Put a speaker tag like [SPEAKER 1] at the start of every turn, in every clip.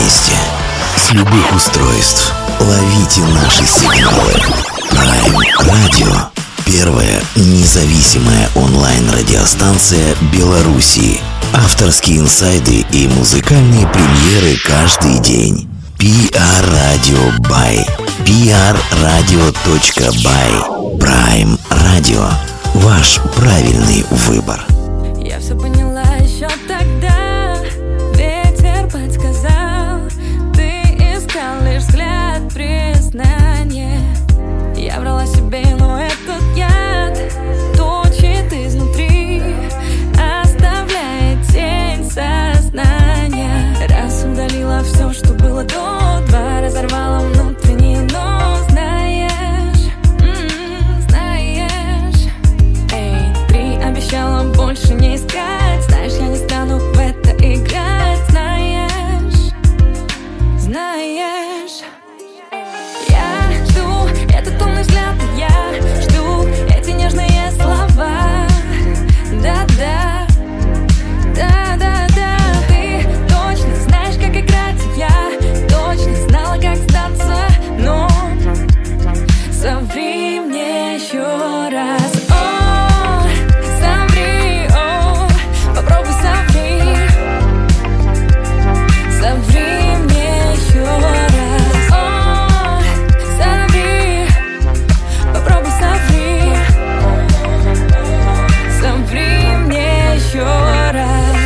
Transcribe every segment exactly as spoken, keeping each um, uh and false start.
[SPEAKER 1] месте, с любых устройств. Ловите наши сигналы. Prime Radio. Первая независимая онлайн-радиостанция Беларуси. Авторские инсайды и музыкальные премьеры каждый день. пи ар Radio by пи ар радио точка бай. Prime Radio. Ваш правильный выбор.
[SPEAKER 2] Я все поняла еще тогда. Ветер подсказал. Ты искал лишь взгляд признания. Я врала себе, но этот яд точит изнутри, оставляет тень сознания. Раз удалила все, что было до, два разорвала внутреннее, но знаешь, м-м, знаешь, эй, три обещала больше не искать. Знаешь, я не стану в это играть. Знаешь, знаешь, я жду этот умный взгляд, и я жду эти нежные слова. Да-да, да-да-да. Ты точно знаешь, как играть, и я точно знала, как сдаться. Но соври мне еще раз. О, соври, о, попробуй соври. Соври мне еще раз. О, соври, попробуй соври. Соври мне еще раз.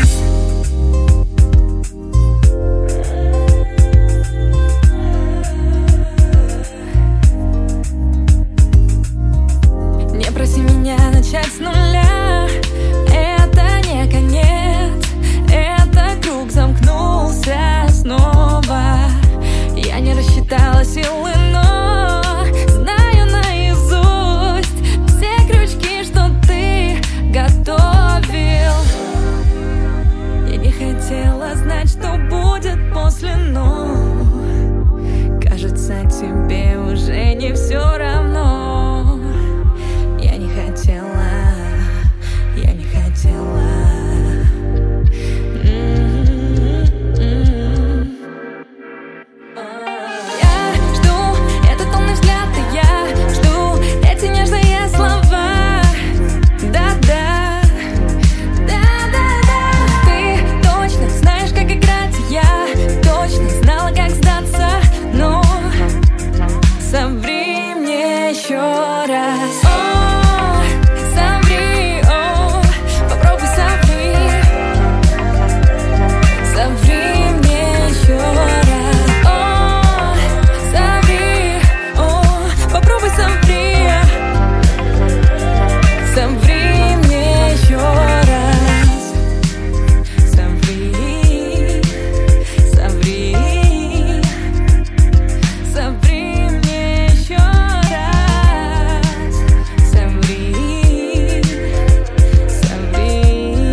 [SPEAKER 2] Не проси меня начать с нуля. Это не конец. Это круг замкнулся снова. Я не рассчитала силы, но знаю наизусть все крючки, что ты готовил. Я не хотела знать, что будет после, но кажется, тебе уже не все равно. Я не хотела, я не хотела. М-м-м. Я жду этот умный взгляд, и я жду эти нежные слова. Да-да, да-да-да. Ты точно знаешь, как играть, и я точно знала, как сдаться. Но соври мне еще раз. О, соври, о, попробуй соври. Соври мне еще раз. О, соври, о, попробуй соври. Соври мне еще раз. Соври, соври. Соври мне еще раз. Соври, соври.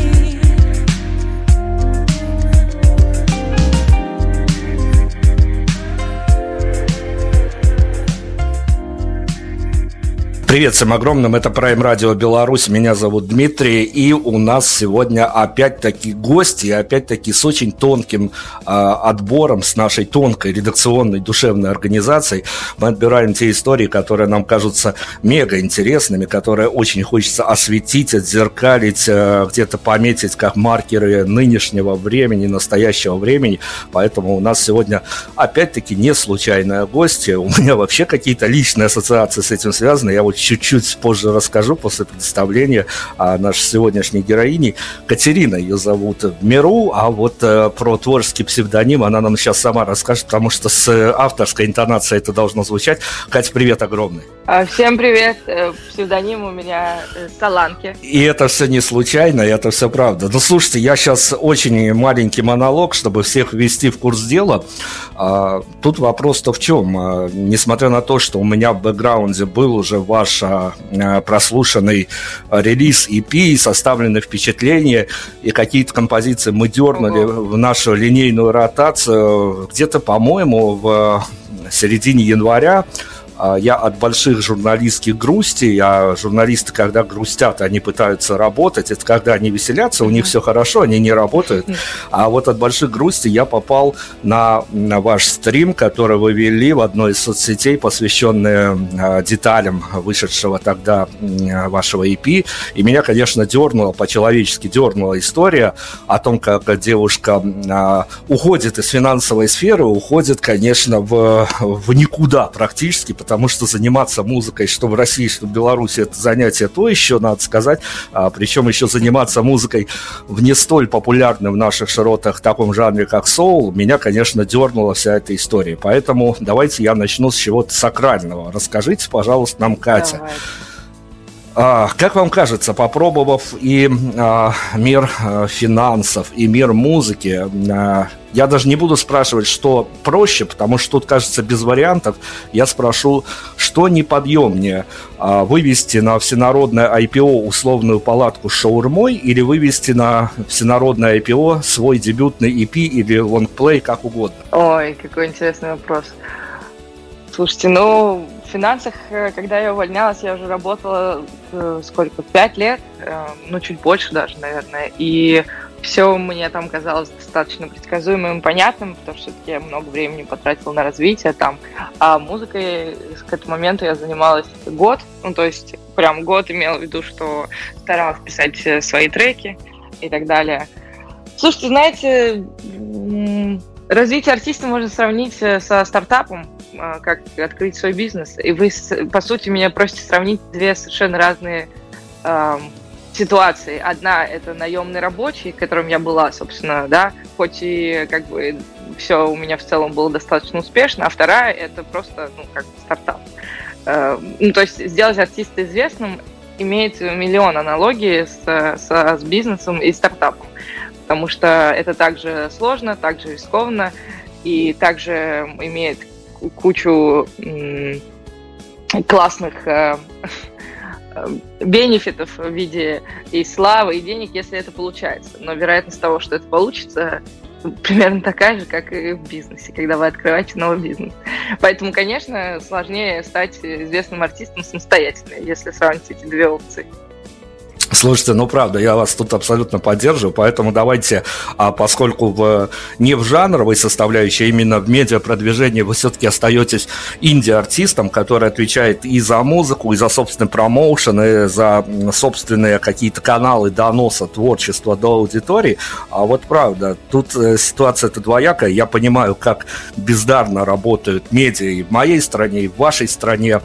[SPEAKER 3] Привет всем огромным, это Prime Radio Беларусь, меня зовут Дмитрий, и у нас сегодня опять-таки гости, и опять-таки с очень тонким э, отбором, с нашей тонкой редакционной душевной организацией. Мы отбираем те истории, которые нам кажутся мега интересными, которые очень хочется осветить, отзеркалить, э, где-то пометить как маркеры нынешнего времени, настоящего времени. Поэтому у нас сегодня опять-таки не случайные гости. У меня вообще какие-то личные ассоциации с этим связаны. Я вот чуть-чуть позже расскажу после представления о нашей сегодняшней героине. Катерина ее зовут в миру, а вот э, про творческий псевдоним она нам сейчас сама расскажет, потому что с авторской интонацией это должно звучать. Катя, привет огромный.
[SPEAKER 4] Всем привет. Псевдоним у меня Таланки.
[SPEAKER 3] И это все не случайно, и это все правда. Ну, слушайте, я сейчас очень маленький монолог, чтобы всех ввести в курс дела. А, тут вопрос-то в чем? А, несмотря на то, что у меня в бэкграунде был уже ваш а, прослушанный релиз и пи, составленные впечатления, и какие-то композиции мы дернули Ого. в нашу линейную ротацию, где-то, по-моему, в середине января я от больших журналистских грустей, а журналисты, когда грустят, они пытаются работать, это когда они веселятся, у них все хорошо, они не работают. А вот от больших грустей я попал на, на ваш стрим, который вы вели в одной из соцсетей, посвященный деталям вышедшего тогда вашего и пи. И меня, конечно, дернуло, по-человечески дернула история о том, как девушка уходит из финансовой сферы, уходит, конечно, в, в никуда практически, потому что заниматься музыкой, что в России, что в Беларуси, это занятие то еще, надо сказать, а, причем еще заниматься музыкой в не столь популярном в наших широтах таком жанре, как соул, меня, конечно, дернула вся эта история. Поэтому давайте я начну с чего-то сакрального. Расскажите, пожалуйста, нам, Катя.
[SPEAKER 4] Давай.
[SPEAKER 3] А, как вам кажется, попробовав и а, мир а, финансов, и мир музыки, а, я даже не буду спрашивать, что проще, потому что тут, кажется, без вариантов. Я спрошу, что неподъемнее, а, вывести на всенародное ай пи о условную палатку с шаурмой или вывести на всенародное ай пи о свой дебютный и пи или лонгплей, как угодно?
[SPEAKER 4] Ой, какой интересный вопрос. Слушайте, ну, в финансах, когда я увольнялась, я уже работала э, сколько, пять лет, э, ну, чуть больше даже, наверное, и все мне там казалось достаточно предсказуемым и понятным, потому что все-таки я много времени потратила на развитие там, а музыкой к этому моменту я занималась год, ну, то есть прям год имела в виду, что старалась писать свои треки и так далее. Слушайте, знаете, развитие артиста можно сравнить со стартапом, как открыть свой бизнес. И вы, по сути, меня просите сравнить две совершенно разные э, ситуации. Одна — это наемный рабочий, которым я была, собственно, да, хоть и как бы все у меня в целом было достаточно успешно, а вторая — это просто, ну, как бы стартап. Э, ну, то есть сделать артиста известным имеет миллион аналогий с, с, с бизнесом и стартапом, потому что это также сложно, также рискованно и также имеет кучу м- классных э- бенефитов в виде и славы, и денег, если это получается. Но вероятность того, что это получится, примерно такая же, как и в бизнесе, когда вы открываете новый бизнес. Поэтому, конечно, сложнее стать известным артистом самостоятельно, если сравнить эти две опции.
[SPEAKER 3] Слушайте, ну правда, я вас тут абсолютно поддерживаю, поэтому давайте, а, поскольку в, не в жанровой составляющей, а именно в медиапродвижении вы все-таки остаетесь инди-артистом, который отвечает и за музыку, и за собственный промоушен, и за собственные какие-то каналы доноса творчества до аудитории. А вот правда, тут э, ситуация-то двоякая. Я понимаю, как бездарно работают медиа и в моей стране, и в вашей стране.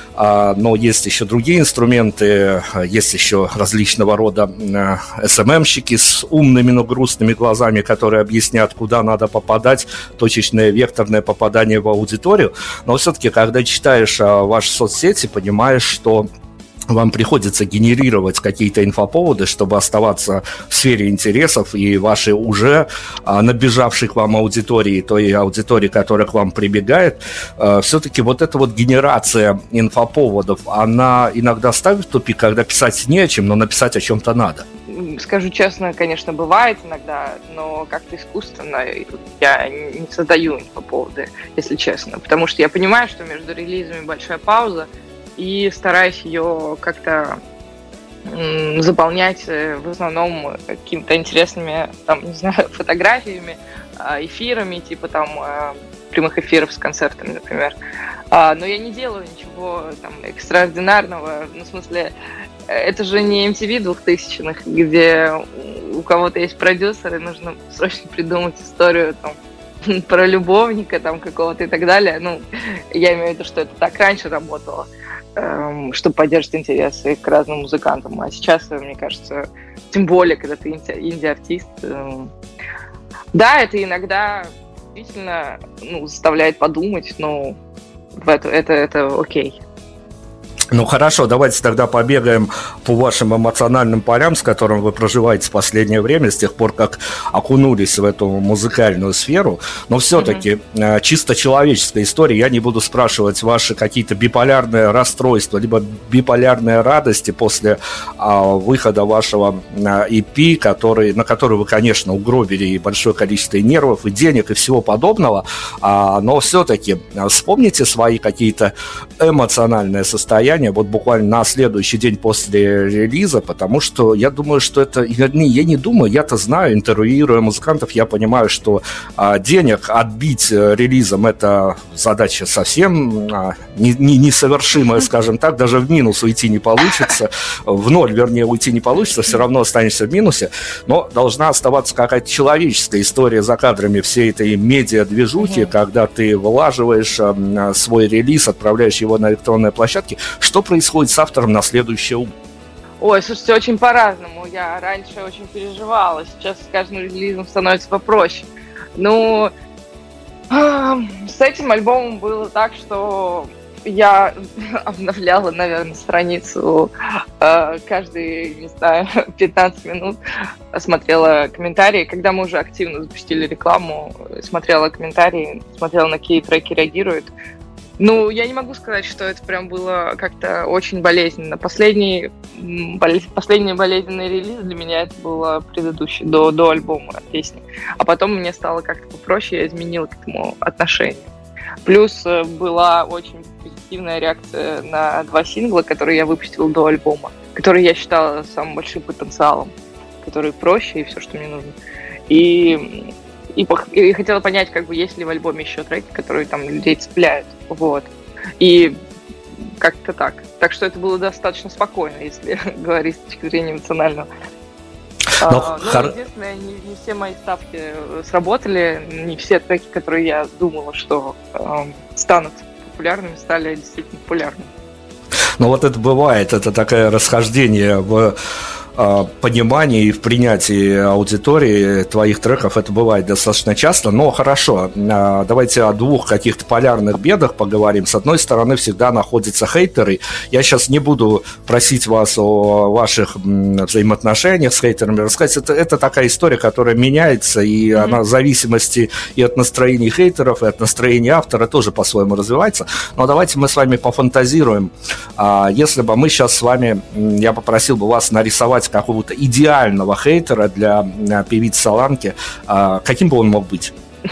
[SPEAKER 3] Но есть еще другие инструменты, есть еще различного рода эс эм эм-щики с умными, но грустными глазами, которые объяснят, куда надо попадать, точечное векторное попадание в аудиторию. Но все-таки, когда читаешь ваши соцсети, понимаешь, что вам приходится генерировать какие-то инфоповоды, чтобы оставаться в сфере интересов, и вашей уже а, набежавшей к вам аудитории, той аудитории, которая к вам прибегает, а, все-таки вот эта вот генерация инфоповодов, она иногда ставит в тупик, когда писать не о чем, но написать о чем-то надо.
[SPEAKER 4] Скажу честно, конечно, бывает иногда, но как-то искусственно я не создаю инфоповоды, если честно, потому что я понимаю, что между релизами большая пауза, и стараюсь ее как-то м, заполнять в основном какими-то интересными, там, не знаю, фотографиями, эфирами, типа там прямых эфиров с концертами, например. Но я не делаю ничего там экстраординарного, ну, в смысле, это же не эм ти ви двухтысячных, где у кого-то есть продюсер, и нужно срочно придумать историю там про любовника там какого-то и так далее. Ну, я имею в виду, что это так раньше работало, эм, чтобы поддерживать интересы к разным музыкантам. А сейчас, мне кажется, тем более, когда ты инди-артист, эм, да, это иногда действительно, ну, заставляет подумать, но в это, это, это окей.
[SPEAKER 3] Ну хорошо, давайте тогда побегаем по вашим эмоциональным полям, с которым вы проживаете в последнее время, с тех пор, как окунулись в эту музыкальную сферу. Но все-таки mm-hmm. чисто человеческая история. Я не буду спрашивать ваши какие-то биполярные расстройства, либо биполярные радости после а, выхода вашего а, и пи, который, на который вы, конечно, угробили и большое количество и нервов, и денег, и всего подобного. А, но все-таки вспомните свои какие-то эмоциональные состояния вот буквально на следующий день после релиза, потому что я думаю, что это, я не, я не думаю, я-то знаю, интервьюируя музыкантов, я понимаю, что а, денег отбить релизом это задача совсем а, не, не, несовершимая, скажем так, даже в минус уйти не получится, в ноль, вернее, уйти не получится, все равно останешься в минусе, но должна оставаться какая-то человеческая история за кадрами всей этой медиа-движухи, mm-hmm. когда ты вылаживаешь а, свой релиз, отправляешь его на электронные площадки. Что происходит с автором на следующее утро?
[SPEAKER 4] Ой, слушайте, очень по-разному. Я раньше очень переживала, сейчас с каждым релизом становится попроще. Ну, с этим альбомом было так, что я обновляла, наверное, страницу каждые, не знаю, пятнадцать минут, смотрела комментарии. Когда мы уже активно запустили рекламу, смотрела комментарии, смотрела, на какие треки реагируют. Ну, я не могу сказать, что это прям было как-то очень болезненно. Последний, болез... последний болезненный релиз для меня это было предыдущий, до, до альбома песни. А потом мне стало как-то попроще, я изменила к этому отношение. Плюс была очень позитивная реакция на два сингла, которые я выпустила до альбома, которые я считала самым большим потенциалом, которые проще и все, что мне нужно. И... И, и хотела понять, как бы, есть ли в альбоме еще треки, которые там людей цепляют. Вот. И как-то так. Так что это было достаточно спокойно, если говорить с точки зрения эмоционального. Но, а, ну, хор... единственное, не, не все мои ставки сработали, не все треки, которые я думала, что э, станут популярными, стали действительно популярными.
[SPEAKER 3] Ну вот это бывает, это такое расхождение в понимании и в принятии аудитории твоих треков, это бывает достаточно часто, но хорошо, давайте о двух каких-то полярных бедах поговорим. С одной стороны, всегда находятся хейтеры. Я сейчас не буду просить вас о ваших взаимоотношениях с хейтерами рассказать. Это, это такая история, которая меняется, и mm-hmm. она в зависимости и от настроений хейтеров, и от настроения автора тоже по-своему развивается. Но давайте мы с вами пофантазируем. Если бы мы сейчас с вами, я попросил бы вас нарисовать какого-то идеального хейтера для певицы Соланки, каким бы он мог быть?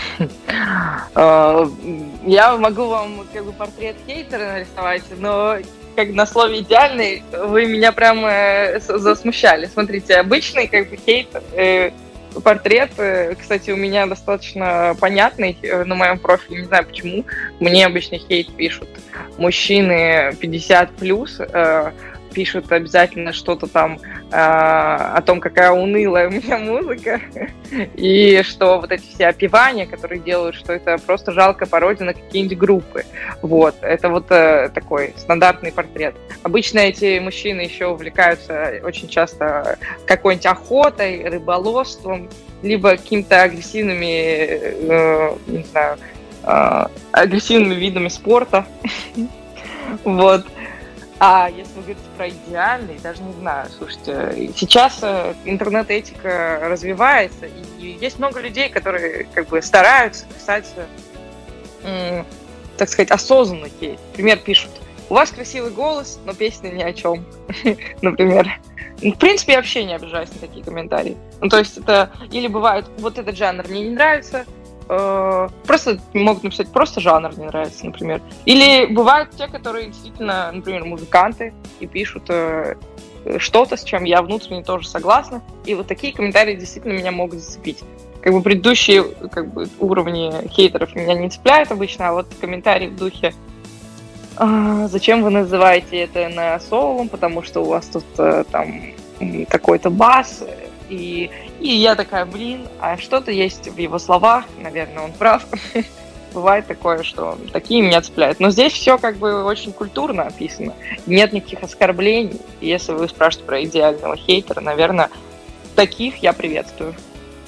[SPEAKER 4] Я могу вам как бы портрет хейтера нарисовать, но как на слове «идеальный» вы меня прям засмущали. Смотрите, обычный как бы хейтер, портрет, кстати, у меня достаточно понятный на моем профиле, не знаю почему. Мне обычно хейт пишут мужчины пятьдесят плюс, пишут обязательно что-то там э, о том, какая унылая у меня музыка, и что вот эти все опевания, которые делают, что это просто жалкая пародия на какие-нибудь группы. Вот, это вот э, такой стандартный портрет. Обычно эти мужчины еще увлекаются очень часто какой-нибудь охотой, рыболовством, либо какими-то агрессивными, э, не знаю, э, агрессивными видами спорта. Вот. А если вы говорите про идеальный, даже не знаю, слушайте, сейчас интернет-этика развивается, и есть много людей, которые как бы стараются писать, м, так сказать, осознанно хейт. Например, пишут: у вас красивый голос, но песня ни о чем. Например. В принципе, я вообще не обижаюсь на такие комментарии. Ну, то есть это или бывает, вот этот жанр мне не нравится, просто могут написать просто жанр не нравится, например. Или бывают те, которые действительно, например, музыканты и пишут э, что-то, с чем я внутренне тоже согласна. И вот такие комментарии действительно меня могут зацепить. Как бы предыдущие как бы, уровни хейтеров меня не цепляют обычно, а вот комментарии в духе: а, зачем вы называете это на солом, потому что у вас тут э, там какой-то бас. И, и я такая, блин, а что-то есть в его словах, наверное, он прав. Бывает такое, что такие меня цепляют. Но здесь все как бы очень культурно описано. Нет никаких оскорблений. И если вы спрашиваете про идеального хейтера, наверное, таких я приветствую.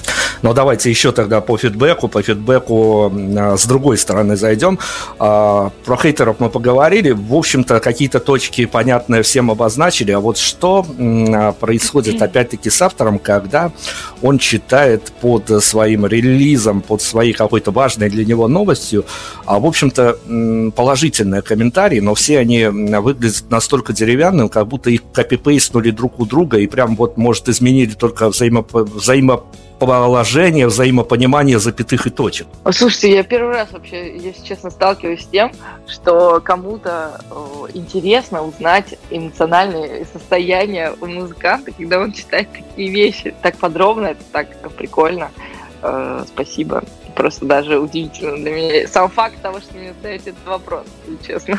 [SPEAKER 3] Но давайте еще тогда по фидбэку, по фидбэку с другой стороны зайдем. Про хейтеров мы поговорили. В общем-то, какие-то точки понятные всем обозначили. А вот что происходит опять-таки с автором, когда он читает под своим релизом, под своей какой-то важной для него новостью, а, в общем-то, положительные комментарии, но все они выглядят настолько деревянным, как будто их копипейстнули друг у друга и прям вот, может, изменили только взаимо... взаимоположение, взаимопонимание запятых и точек.
[SPEAKER 4] Слушайте, я первый раз вообще, если честно, сталкиваюсь с тем, что кому-то интересно узнать эмоциональное состояние у музыканта, когда он читает такие вещи так подробно, это так прикольно. Спасибо. Просто даже удивительно для меня. Сам факт того, что мне задаете этот вопрос, если честно.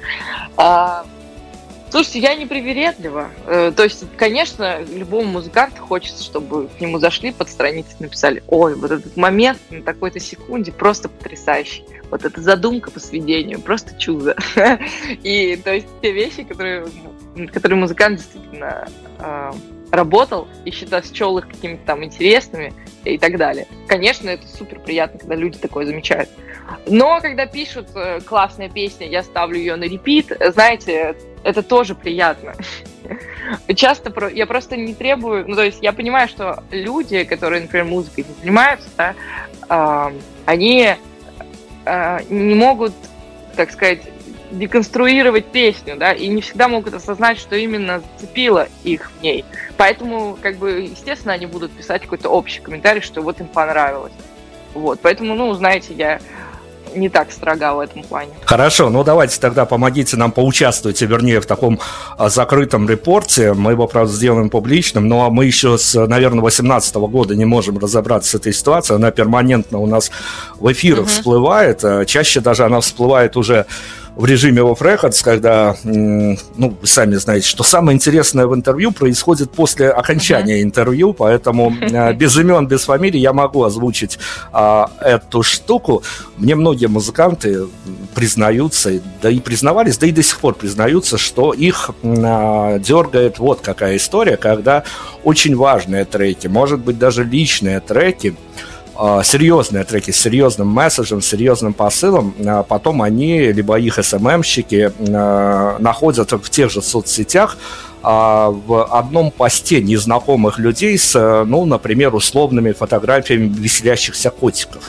[SPEAKER 4] Слушайте, я не привередлива. То есть, конечно, любому музыканту хочется, чтобы к нему зашли под страницей и написали: ой, вот этот момент на такой-то секунде просто потрясающий. Вот эта задумка по сведению, просто чудо. И то есть те вещи, которые, которые музыкант действительно э, работал и считал, счел их какими-то там интересными и так далее. Конечно, это супер приятно, когда люди такое замечают. Но когда пишут э, классная песня, я ставлю ее на репит, знаете, это тоже приятно. Часто про... я просто не требую... Ну, то есть я понимаю, что люди, которые, например, музыкой не занимаются, да, э, они э, не могут, так сказать, деконструировать песню, да, и не всегда могут осознать, что именно зацепило их в ней. Поэтому, как бы, естественно, они будут писать какой-то общий комментарий, что вот им понравилось. Вот, поэтому, ну, знаете, я не так строга в этом плане.
[SPEAKER 3] Хорошо, ну давайте тогда помогите нам поучаствовать, вернее, в таком а, закрытом репорте. Мы его, правда, сделаем публичным, но мы еще с, наверное, восемнадцатого года не можем разобраться с этой ситуацией. Она перманентно у нас в эфирах угу. всплывает. Чаще даже она всплывает уже в режиме Off Records, когда, ну, вы сами знаете, что самое интересное в интервью происходит после окончания uh-huh. интервью, поэтому uh, без имен, без фамилий я могу озвучить uh, эту штуку. Мне многие музыканты признаются, да и признавались, да и до сих пор признаются, что их uh, дергает вот какая история, когда очень важные треки, может быть, даже личные треки, серьезные треки с серьезным месседжем, с серьезным посылом, потом они, либо их эс эм эм-щики находят в тех же соцсетях в одном посте незнакомых людей с, ну, например, условными фотографиями веселящихся котиков.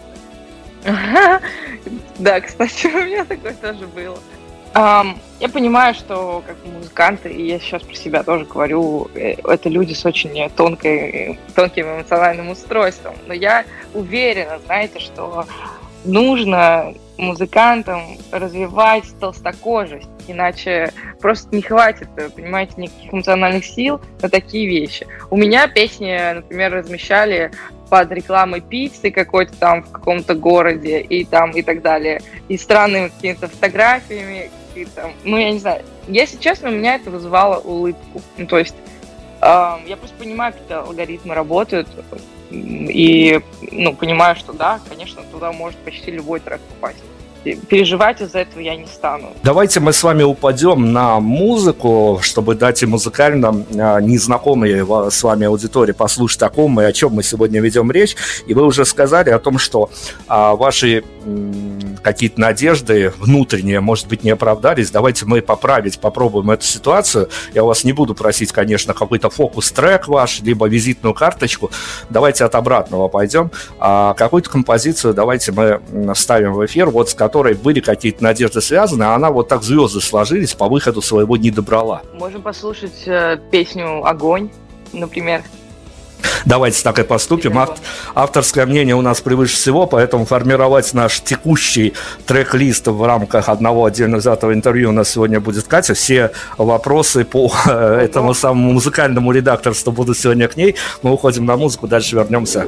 [SPEAKER 4] Да, кстати, у меня такое тоже было. Um, я понимаю, что как музыканты, и я сейчас про себя тоже говорю, это люди с очень тонкой, тонким эмоциональным устройством. Но я уверена, знаете, что нужно музыкантам развивать толстокожесть, иначе просто не хватит, понимаете, никаких эмоциональных сил на такие вещи. У меня песни, например, размещали под рекламой пиццы какой-то там в каком-то городе и там и так далее, и странными какими-то фотографиями, и там, ну я не знаю, если честно, у меня это вызывало улыбку. Ну, то есть э, я просто понимаю, как алгоритмы работают, и, ну, понимаю, что да, конечно, туда может почти любой трек попасть. Переживать из-за этого я не стану.
[SPEAKER 3] Давайте мы с вами упадем на музыку, чтобы дать и музыкально а, незнакомой с вами аудитории послушать, о ком и о чем мы сегодня ведем речь. И вы уже сказали о том, что а, ваши м, какие-то надежды внутренние, может быть, не оправдались. Давайте мы поправить, попробуем эту ситуацию. Я вас не буду просить, конечно, какой-то фокус-трек ваш, либо визитную карточку. Давайте от обратного пойдем. А, какую-то композицию давайте мы вставим в эфир, вот с которой были какие-то надежды связаны, а она вот так звезды сложились, по выходу своего не добрала.
[SPEAKER 4] Можем послушать э, песню «Огонь», например.
[SPEAKER 3] Давайте так и поступим. Ав- авторское мнение у нас превыше всего, поэтому формировать наш текущий трек-лист в рамках одного отдельно взятого интервью у нас сегодня будет Катя. Все вопросы по э, этому самому музыкальному редакторству будут сегодня к ней. Мы уходим на музыку, дальше вернемся.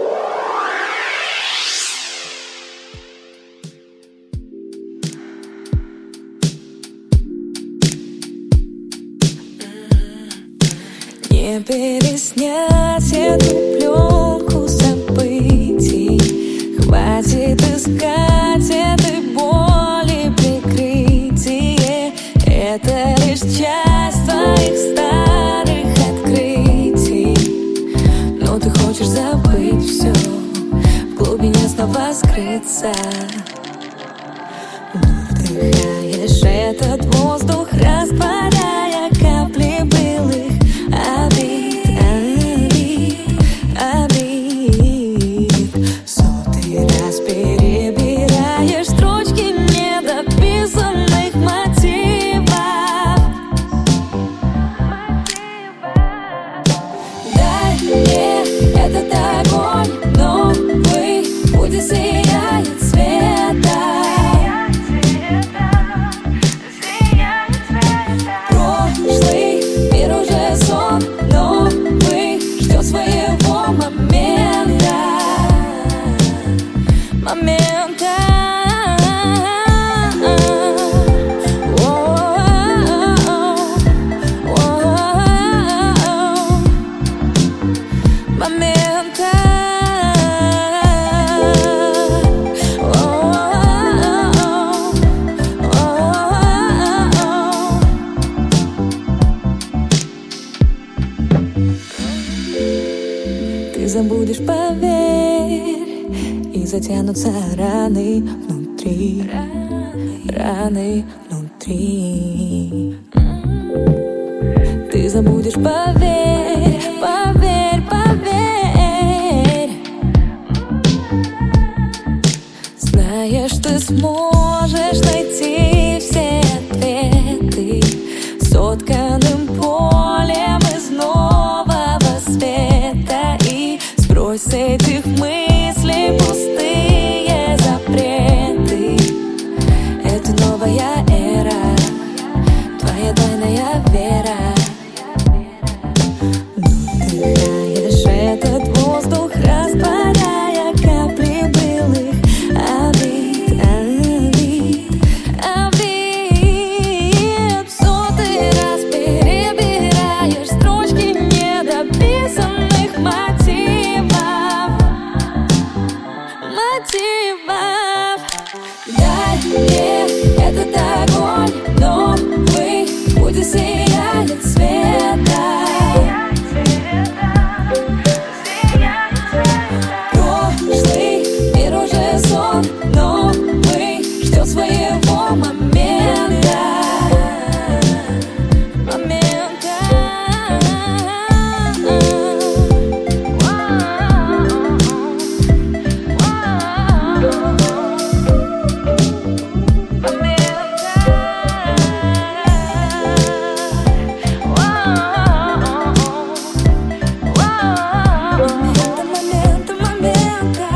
[SPEAKER 2] Не переснять эту пленку событий, хватит искать этой боли прикрытие. Это лишь часть твоих старых открытий, но ты хочешь забыть. забыть все, в глубине снова скрыться. Вдыхаешь этот воздух, растворяя капли былых обид, обид, обид. Сотый раз перебираешь строчки недописанных мотивов. Дай мне этот огонь новый, пусть сияет света. Прошлый мир уже сон новый, ждет своего момента, момента. Момента. Ты забудешь, поверь, и затянутся раны внутри, раны внутри. Ты забудешь, поверь, поверь, поверь. Знаешь, ты сможешь найти все ответы сотканным полем из нового света. И сбрось с этих мыслей пустые запреты. Это новая эра, твоя тайная вера. Вдыхаешь этот воздух, растворяя капли былых обид, обид, обид. Сотый раз перебираешь строчки недописанных мотивов, мотивов. Дай мне этот огонь новый, пусть сияет света. Прошлый мир уже сон новый, ждет своего момента, момента. Момента, момента.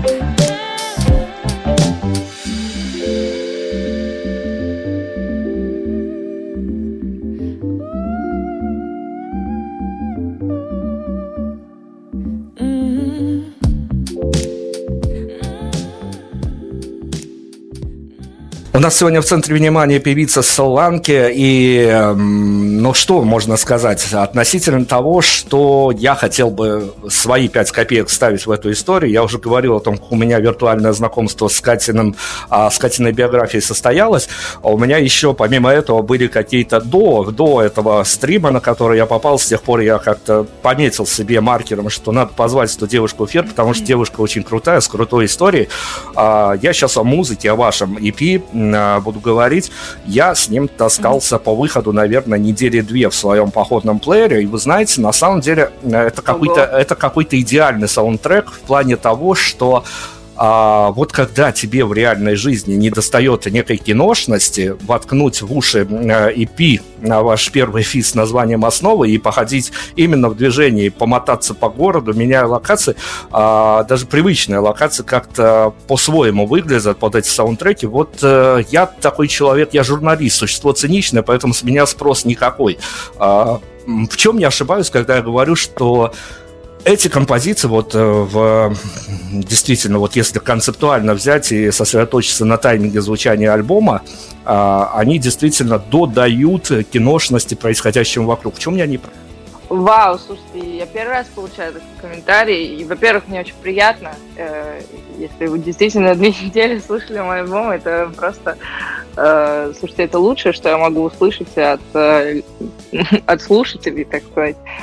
[SPEAKER 2] М.
[SPEAKER 3] У нас сегодня в центре внимания певица Соланки, и, эм, ну что можно сказать относительно того, что я хотел бы свои пять копеек ставить в эту историю. Я уже говорил о том, как у меня виртуальное знакомство с Катиным, а, с Катиной биографией состоялось, а у меня еще помимо этого были какие-то до, до этого стрима, на который я попал, с тех пор я как-то пометил себе маркером, что надо позвать эту девушку в эфир, потому что девушка очень крутая, с крутой историей. А, я сейчас о музыке, о вашем и пи буду говорить. Я с ним таскался по выходу, наверное, недели две в своем походном плеере, и вы знаете, на самом деле это какой-то, это какой-то идеальный саундтрек в плане того, что а вот когда тебе в реальной жизни не достает некой киношности, воткнуть в уши и пи на ваш первый фит с названием «Основы» и походить именно в движении, помотаться по городу, меняя локации, а, даже привычные локации как-то по-своему выглядят под эти саундтреки. Вот а, я такой человек, я журналист, существо циничное, поэтому с меня спрос никакой. А, в чем я ошибаюсь, когда я говорю, что эти композиции, вот в, действительно, вот если концептуально взять и сосредоточиться на тайминге звучания альбома, они действительно додают киношности происходящему вокруг. В чем я не прав?
[SPEAKER 4] Вау, слушайте, я первый раз получаю такой комментарий, и, во-первых, мне очень приятно, э, если вы действительно две недели слушали мой альбом, это просто, э, слушайте, это лучшее, что я могу услышать от, э, от слушателей, так сказать.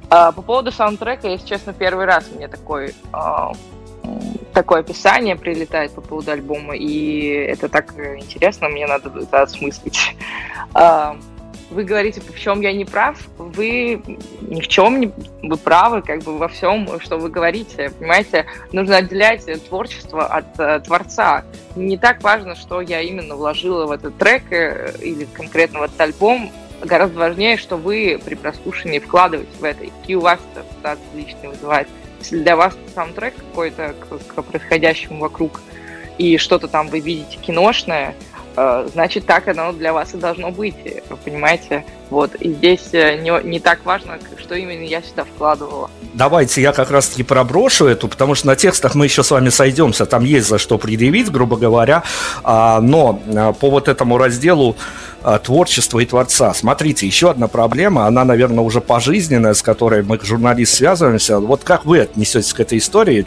[SPEAKER 4] А, по поводу саундтрека, если честно, первый раз мне такой, а, такое описание прилетает по поводу альбома, и это так интересно, мне надо это осмыслить. А, вы говорите, в чем я не прав, вы ни в чем не вы правы, как бы во всем, что вы говорите, понимаете, нужно отделять творчество от uh, творца. Не так важно, что я именно вложила в этот трек или конкретно в этот альбом, гораздо важнее, что вы при прослушивании вкладываете в это, и какие у вас ассоциации личные вызывают. Если для вас саундтрек какой-то к, к происходящему вокруг, и что-то там вы видите киношное, значит, так оно для вас и должно быть, понимаете? Вот, и здесь не, не так важно, что именно я сюда вкладывала.
[SPEAKER 3] Давайте я как раз-таки проброшу эту, потому что на текстах мы еще с вами сойдемся, там есть за что предъявить, грубо говоря, но по вот этому разделу творчества и творца, смотрите, еще одна проблема, она, наверное, уже пожизненная, с которой мы, журналист, связываемся. Вот как вы отнесетесь к этой истории?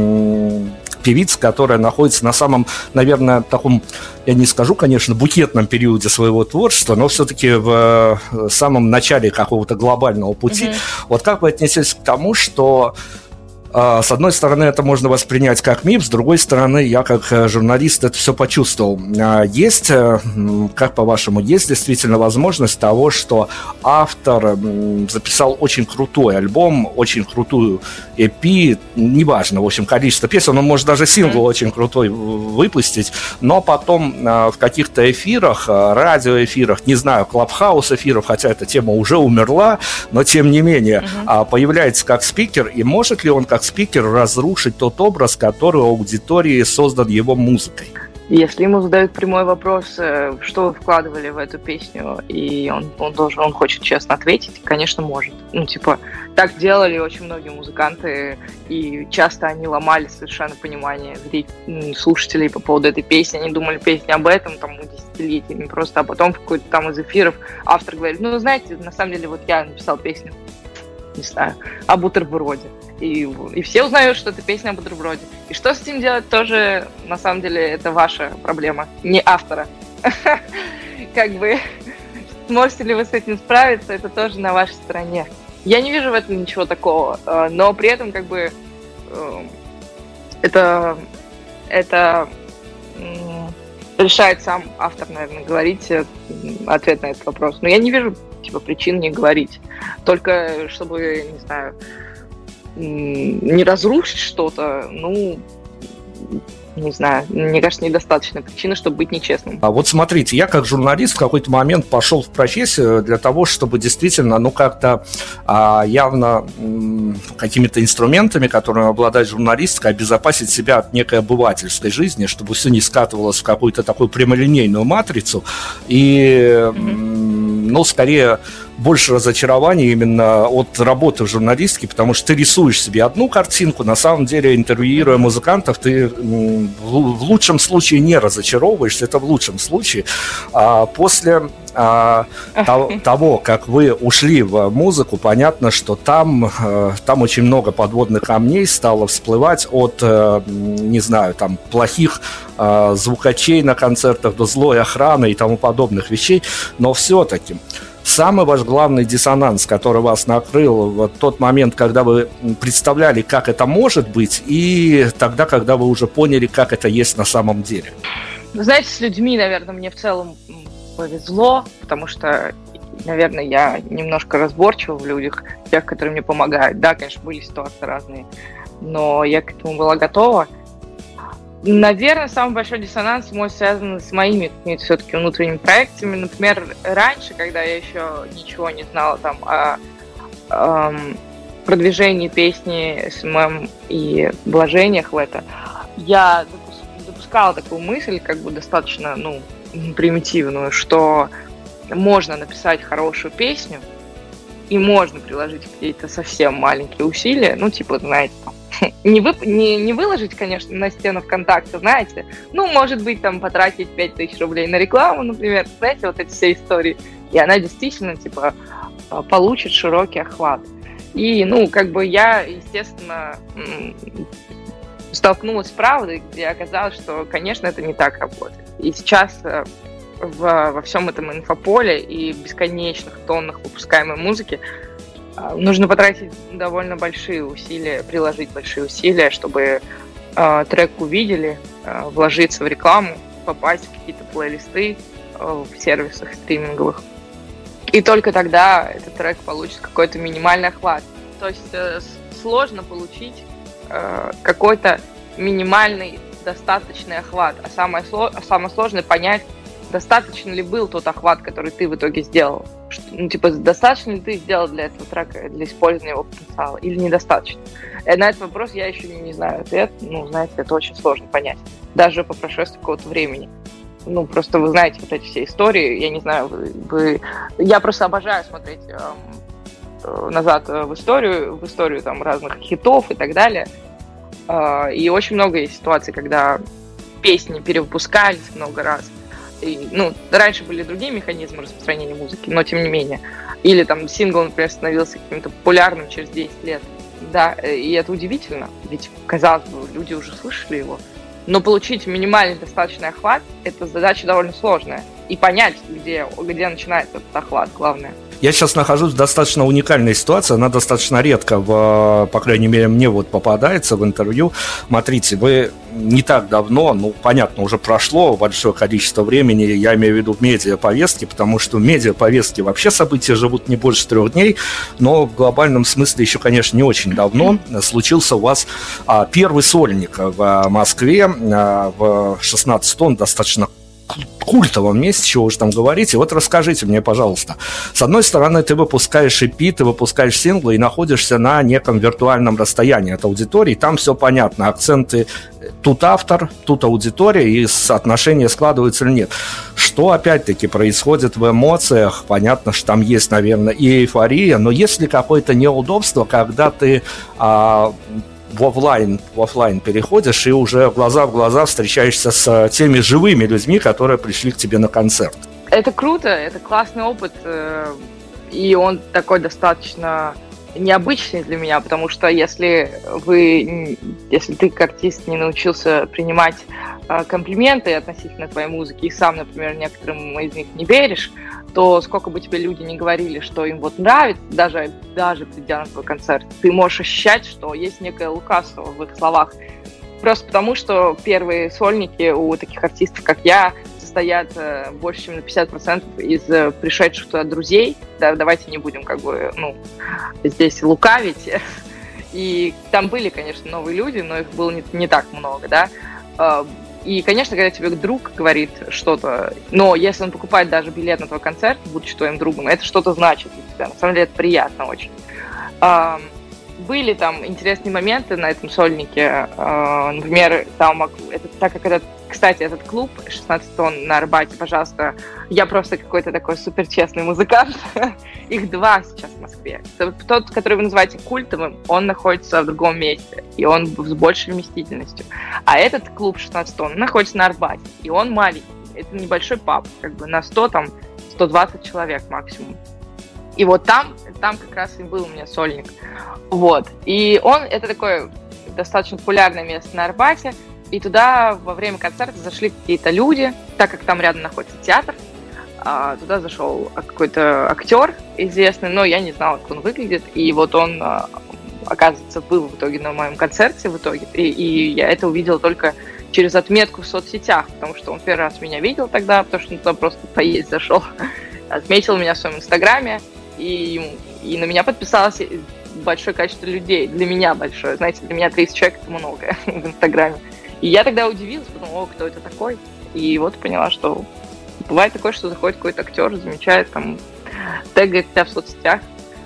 [SPEAKER 3] Певица, которая находится на самом, наверное, таком, я не скажу, конечно, букетном периоде своего творчества, но все-таки в самом начале какого-то глобального пути. Mm-hmm. Вот как вы отнесетесь к тому, что с одной стороны, это можно воспринять как миф, с другой стороны, я как журналист это все почувствовал. Есть, как по-вашему, есть действительно возможность того, что автор записал очень крутой альбом, очень крутую и пи, неважно, в общем, количество песен, он может даже сингл mm-hmm. очень крутой выпустить, но потом в каких-то эфирах, радиоэфирах, не знаю, клабхаус-эфирах, хотя эта тема уже умерла, но тем не менее, mm-hmm. появляется как спикер, и может ли он как спикер разрушить тот образ, который у аудитории создан его музыкой?
[SPEAKER 4] Если ему задают прямой вопрос, что вы вкладывали в эту песню, и он, он должен, он хочет честно ответить, конечно, может. Ну, типа, так делали очень многие музыканты, и часто они ломали совершенно понимание слушателей по поводу этой песни. Они думали, песня об этом, там, десятилетиями просто, а потом в какой-то там из эфиров автор говорит, ну, знаете, на самом деле, вот я написал песню, не знаю, о бутерброде. И, и все узнают, что это песня о бутерброде. И что с этим делать, тоже, на самом деле, это ваша проблема, не автора. Как бы, сможете ли вы с этим справиться, это тоже на вашей стороне. Я не вижу в этом ничего такого, но при этом, как бы, это, это решает сам автор, наверное, говорить ответ на этот вопрос. Но я не вижу, типа, причин не говорить. Только чтобы, не знаю, не разрушить что-то, ну, не знаю, мне кажется, недостаточно причины, чтобы быть нечестным.
[SPEAKER 3] А вот смотрите, я как журналист в какой-то момент пошел в профессию для того, чтобы действительно, ну, как-то а, явно м, какими-то инструментами, которыми обладает журналистика, обезопасить себя от некой обывательской жизни, чтобы все не скатывалось в какую-то такую прямолинейную матрицу. И, mm-hmm. м, ну, скорее, больше разочарования именно от работы в журналистике, потому что ты рисуешь себе одну картинку, на самом деле, интервьюируя музыкантов, ты в лучшем случае не разочаровываешься, это в лучшем случае. А после а, того, как вы ушли в музыку, понятно, что там, там очень много подводных камней стало всплывать от, не знаю, там, плохих звукачей на концертах до злой охраны и тому подобных вещей, но все-таки самый ваш главный диссонанс, который вас накрыл в тот момент, когда вы представляли, как это может быть, и тогда, когда вы уже поняли, как это есть на самом деле?
[SPEAKER 4] Знаете, с людьми, наверное, мне в целом повезло, потому что, наверное, я немножко разборчива в людях, тех, которые мне помогают. Да, конечно, были ситуации разные, но я к этому была готова. Наверное, самый большой диссонанс мой связан с моими какими-то все-таки внутренними проектами. Например, раньше, когда я еще ничего не знала там о, о продвижении песни, СММ и вложениях в это, я допускала такую мысль, как бы достаточно, ну, примитивную, что можно написать хорошую песню и можно приложить какие-то совсем маленькие усилия, ну, типа, знаете, Не, вы, не, не выложить, конечно, на стену ВКонтакте, знаете, ну, может быть, там, потратить пять тысяч рублей на рекламу, например, знаете, вот эти все истории, и она действительно, типа, получит широкий охват. И, ну, как бы я, естественно, столкнулась с правдой, где оказалось, что, конечно, это не так работает. И сейчас в, во всем этом инфополе и бесконечных тоннах выпускаемой музыки нужно потратить довольно большие усилия, приложить большие усилия, чтобы э, трек увидели, э, вложиться в рекламу, попасть в какие-то плейлисты э, в сервисах стриминговых. И только тогда этот трек получит какой-то минимальный охват. То есть э, сложно получить э, какой-то минимальный достаточный охват, а самое, а самое сложное понять, достаточно ли был тот охват, который ты в итоге сделал. Что, ну, типа, достаточно ли ты сделал для этого трека, для использования его потенциала, или недостаточно? И на этот вопрос я еще не, не знаю ответ. Ну, знаете, это очень сложно понять. Даже по прошествии какого-то времени. Ну, просто вы знаете вот эти все истории, я не знаю, вы... вы... Я просто обожаю смотреть эм, назад в историю, в историю там разных хитов и так далее. Э, и очень много есть ситуаций, когда песни перевыпускались много раз. И, ну, раньше были другие механизмы распространения музыки, но тем не менее. Или там сингл, например, становился каким-то популярным через десять лет. Да, и это удивительно, ведь, казалось бы, люди уже слышали его. Но получить минимальный достаточный охват – это задача довольно сложная. И понять, где, где начинается этот охват, главное.
[SPEAKER 3] Я сейчас нахожусь в достаточно уникальной ситуации, она достаточно редко, в, по крайней мере, мне вот попадается в интервью. Смотрите, вы не так давно, ну, понятно, уже прошло большое количество времени, я имею в виду медиаповестки, потому что в медиаповестке вообще события живут не больше трех дней, но в глобальном смысле еще, конечно, не очень давно случился у вас а, первый сольник в Москве а, в шестнадцать тонн, достаточно культовом месте, чего уж там говорить. И вот расскажите мне, пожалуйста. С одной стороны, ты выпускаешь и пи, ты выпускаешь синглы и находишься на неком виртуальном расстоянии от аудитории. Там все понятно. Акценты тут автор, тут аудитория, и соотношение складывается или нет. Что, опять-таки, происходит в эмоциях? Понятно, что там есть, наверное, и эйфория, но есть ли какое-то неудобство, когда ты... А, в офлайн, в офлайн переходишь и уже глаза в глаза встречаешься с теми живыми людьми, которые пришли к тебе на концерт.
[SPEAKER 4] Это круто, это классный опыт, и он такой достаточно необычный для меня, потому что если вы, если ты как артист не научился принимать комплименты относительно твоей музыки и сам, например, некоторым из них не веришь, то сколько бы тебе люди не говорили, что им вот нравится, даже, даже придя на твой концерт, ты можешь ощущать, что есть некое лукавство в их словах. Просто потому, что первые сольники у таких артистов, как я, состоят больше, чем на пятьдесят процентов из пришедших туда друзей. Да, давайте не будем как бы, ну, здесь лукавить. И там были, конечно, новые люди, но их было не, не так много, да. И, конечно, когда тебе друг говорит что-то, но если он покупает даже билет на твой концерт, будучи твоим другом, это что-то значит для тебя. На самом деле это приятно очень. Были там интересные моменты на этом сольнике. Например, там, это, так как этот, кстати, этот клуб шестнадцать тонн на Арбате, пожалуйста, я просто какой-то такой суперчестный музыкант. Их два сейчас в Москве. Тот, который вы называете культовым, он находится в другом месте, и он с большей вместительностью. А этот клуб шестнадцать тонн находится на Арбате, и он маленький. Это небольшой паб, как бы на сто, там, сто двадцать человек максимум. И вот там, там как раз и был у меня сольник. Вот. И он, это такое достаточно популярное место на Арбате, и туда во время концерта зашли какие-то люди, так как там рядом находится театр, а, туда зашел какой-то актер известный, но я не знала, как он выглядит, и вот он, а, оказывается, был в итоге на моем концерте в итоге, и, и я это увидела только через отметку в соцсетях, потому что он первый раз меня видел тогда, потому что он туда просто поесть зашел, отметил меня в своем инстаграме, и, и на меня подписалось большое количество людей, для меня большое, знаете, для меня тридцать человек это много в инстаграме. И я тогда удивилась, подумала, о, кто это такой? И вот поняла, что бывает такое, что заходит какой-то актер, замечает, там, тегает тебя в соцсетях.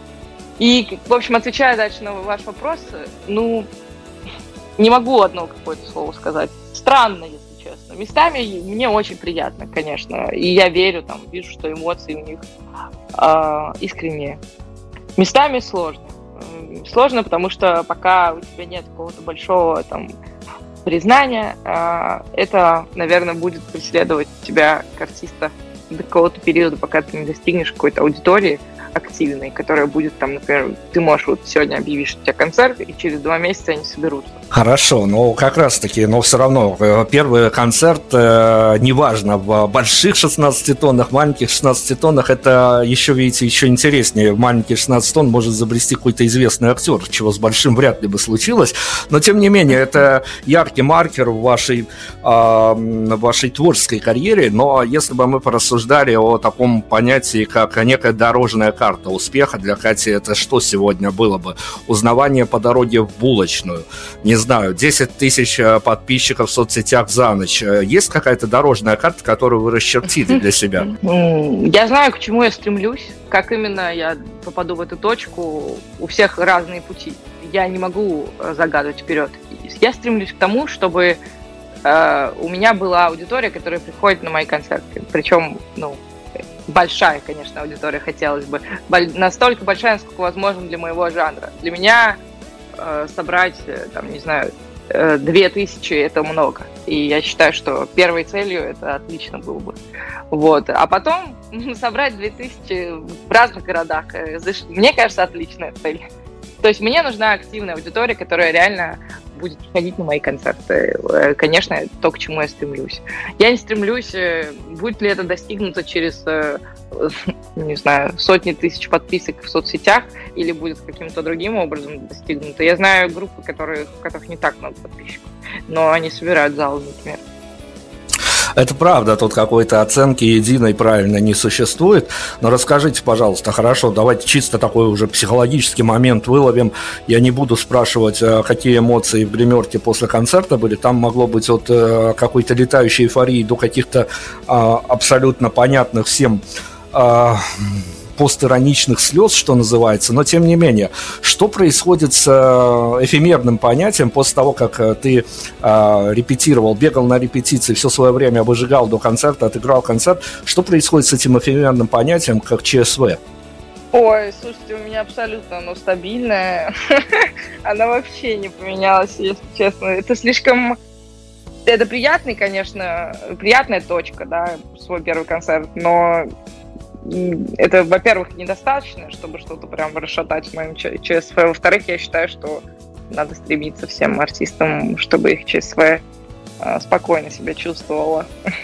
[SPEAKER 4] И, в общем, отвечая дальше на ваш вопрос, ну, не могу одно какое-то слово сказать. Странно, если честно. Местами мне очень приятно, конечно. И я верю, там, вижу, что эмоции у них э, искренние. Местами сложно. Сложно, потому что пока у тебя нет какого-то большого, там, признания, это, наверное, будет преследовать тебя, как артиста, до какого-то периода, пока ты не достигнешь какой-то аудитории активной, которая будет там, например, ты можешь вот сегодня объявить, что у тебя концерт, и через два месяца они соберутся.
[SPEAKER 3] Хорошо, но как раз-таки, но все равно первый концерт, э, неважно, в больших шестнадцати тоннах, маленьких шестнадцати тоннах, это еще, видите, еще интереснее. В маленьких шестнадцати тонн может забрести какой-то известный актер, чего с большим вряд ли бы случилось, но тем не менее, это яркий маркер в вашей, э, в вашей творческой карьере. Но если бы мы порассуждали о таком понятии, как некая дорожная карта успеха для Кати, это что сегодня было бы? Узнавание по дороге в булочную, не знаю, десять тысяч подписчиков в соцсетях за ночь. Есть какая-то дорожная карта, которую вы расчертили для себя?
[SPEAKER 4] Я знаю, к чему я стремлюсь, как именно я попаду в эту точку. У всех разные пути. Я не могу загадывать вперед. Я стремлюсь к тому, чтобы э, у меня была аудитория, которая приходит на мои концерты. Причем, ну, большая, конечно, аудитория хотелось бы. Настолько большая, насколько возможно для моего жанра. Для меня собрать, там, не знаю, две тысячи — это много. И я считаю, что первой целью это отлично было бы. Вот. А потом собрать две тысячи в разных городах, мне кажется, отличная цель. То есть мне нужна активная аудитория, которая реально будет приходить на мои концерты. Конечно, то, к чему я стремлюсь. Я не стремлюсь, будет ли это достигнуто через, не знаю, сотни тысяч подписок в соцсетях или будет каким-то другим образом достигнуто. Я знаю группы, которые, у которых не так много подписчиков, но они собирают залы, например.
[SPEAKER 3] Это правда, тут какой-то оценки единой правильно не существует. Но расскажите, пожалуйста, хорошо, давайте чисто такой уже психологический момент выловим. Я не буду спрашивать, какие эмоции в гримерке после концерта были. Там могло быть от какой-то летающей эйфории до каких-то а, абсолютно понятных всем а, постироничных слез, что называется, но тем не менее, что происходит с эфемерным понятием после того, как ты э, репетировал, бегал на репетиции, все свое время выжигал до концерта, отыграл концерт, что происходит с этим эфемерным понятием, как ЧСВ?
[SPEAKER 4] Ой, слушайте, у меня абсолютно оно стабильное, оно вообще не поменялось, если честно, это слишком... Это приятный, конечно, приятная точка, да, свой первый концерт, но это, во-первых, недостаточно, чтобы что-то прям расшатать в моем ЧСВ. Во-вторых, я считаю, что надо стремиться всем артистам, чтобы их ЧСВ спокойно себя чувствовало.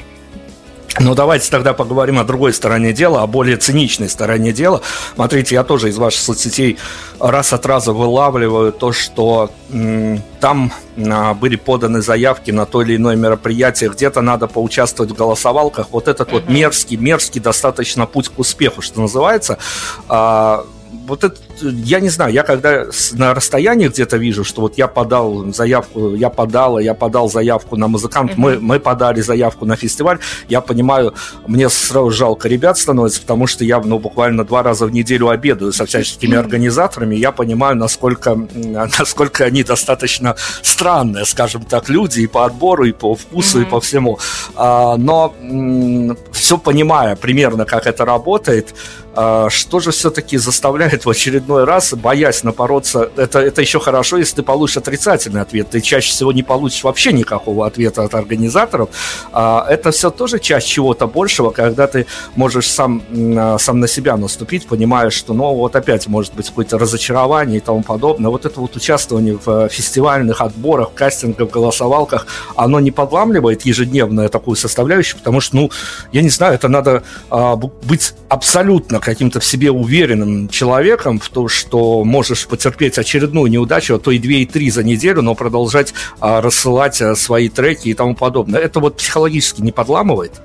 [SPEAKER 3] Ну, давайте тогда поговорим о другой стороне дела, о более циничной стороне дела. Смотрите, я тоже из ваших соцсетей раз от раза вылавливаю то, что м- там а, были поданы заявки на то или иное мероприятие, где-то надо поучаствовать в голосовалках. Вот этот mm-hmm. вот мерзкий, мерзкий достаточно путь к успеху, что называется. А, вот это, я не знаю, я когда на расстоянии где-то вижу, что вот я подал заявку, я подала, я подал заявку на музыкант, mm-hmm. мы, мы подали заявку на фестиваль, я понимаю, мне сразу жалко ребят становится, потому что я, ну, буквально два раза в неделю обедаю со всяческими mm-hmm. организаторами, я понимаю, насколько, насколько они достаточно странные, скажем так, люди и по отбору, и по вкусу, mm-hmm. и по всему. А, но м- все понимая примерно, как это работает, а, что же все-таки заставляет в очередной раз, боясь напороться, это, это еще хорошо, если ты получишь отрицательный ответ, ты чаще всего не получишь вообще никакого ответа от организаторов, а, это все тоже часть чего-то большего, когда ты можешь сам, сам на себя наступить, понимаешь, что, ну, вот опять может быть какое-то разочарование и тому подобное. Вот это вот участвование в фестивальных отборах, кастингах, голосовалках, оно не подламливает ежедневную такую составляющую, потому что, ну, я не знаю, это надо а, быть абсолютно каким-то в себе уверенным человеком в том, что можешь потерпеть очередную неудачу, а то и две, и три за неделю, но продолжать а, рассылать а, свои треки и тому подобное. Это вот психологически не подламывает?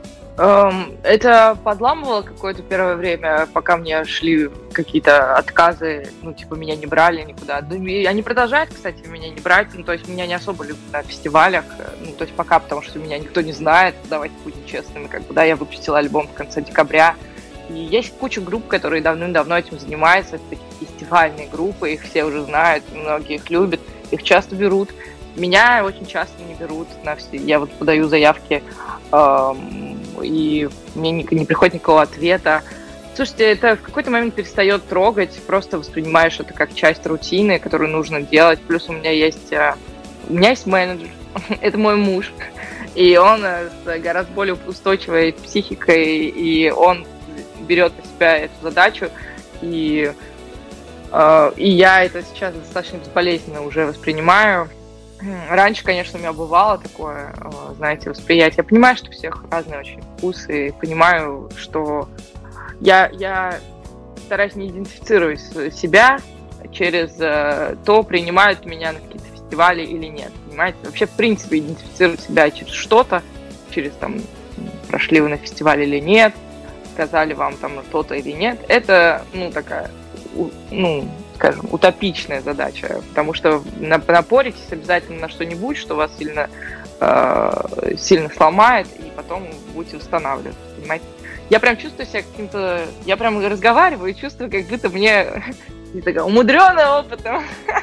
[SPEAKER 4] Это подламывало какое-то первое время, пока мне шли какие-то отказы, ну, типа, меня не брали никуда. И они продолжают, кстати, меня не брать, ну, то есть меня не особо любят на фестивалях, ну, то есть пока, потому что меня никто не знает, давайте будем честными, как бы, да, я выпустила альбом в конце декабря, и есть куча групп, которые давным-давно этим занимаются, это такие фестивальные группы, их все уже знают, многие их любят, их часто берут. Меня очень часто не берут, на все. Я вот подаю заявки, эм, и мне не, не приходит никакого ответа. Слушайте, это в какой-то момент перестает трогать, просто воспринимаешь это как часть рутины, которую нужно делать. Плюс у меня есть, э, у меня есть менеджер, это мой муж, и он с гораздо более устойчивой психикой, и он берет на себя эту задачу, и, э, и я это сейчас достаточно безболезненно уже воспринимаю. раньше, конечно, у меня бывало такое, знаете, восприятие. Я понимаю, что у всех разные очень вкусы, и понимаю, что я, я стараюсь не идентифицировать себя через то, принимают меня на какие-то фестивали или нет. Понимаете? Вообще, в принципе, идентифицировать себя через что-то, через там, прошли вы на фестиваль или нет, сказали вам там то-то или нет, это, ну, такая, ну, скажем, утопичная задача, потому что напоритесь обязательно на что-нибудь, что вас сильно, э, сильно сломает, и потом будете восстанавливать, понимаете? Я прям чувствую себя каким-то... Я прям разговариваю и чувствую, как будто мне такая умудренная опытом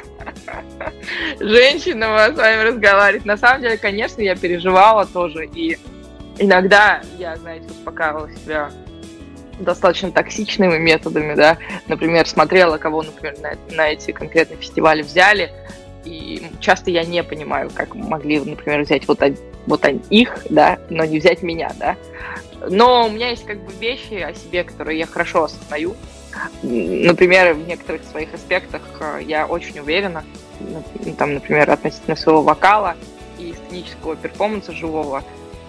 [SPEAKER 4] женщина с вами разговаривает. На самом деле, конечно, я переживала тоже, и иногда я, знаете, успокаивала себя достаточно токсичными методами, да, например, смотрела, кого, например, на, на эти конкретные фестивали взяли, и часто я не понимаю, как могли, например, взять вот, вот их, да, но не взять меня, да. Но у меня есть как бы вещи о себе, которые я хорошо осознаю. Например, в некоторых своих аспектах я очень уверена, там, например, относительно своего вокала и сценического перформанса живого.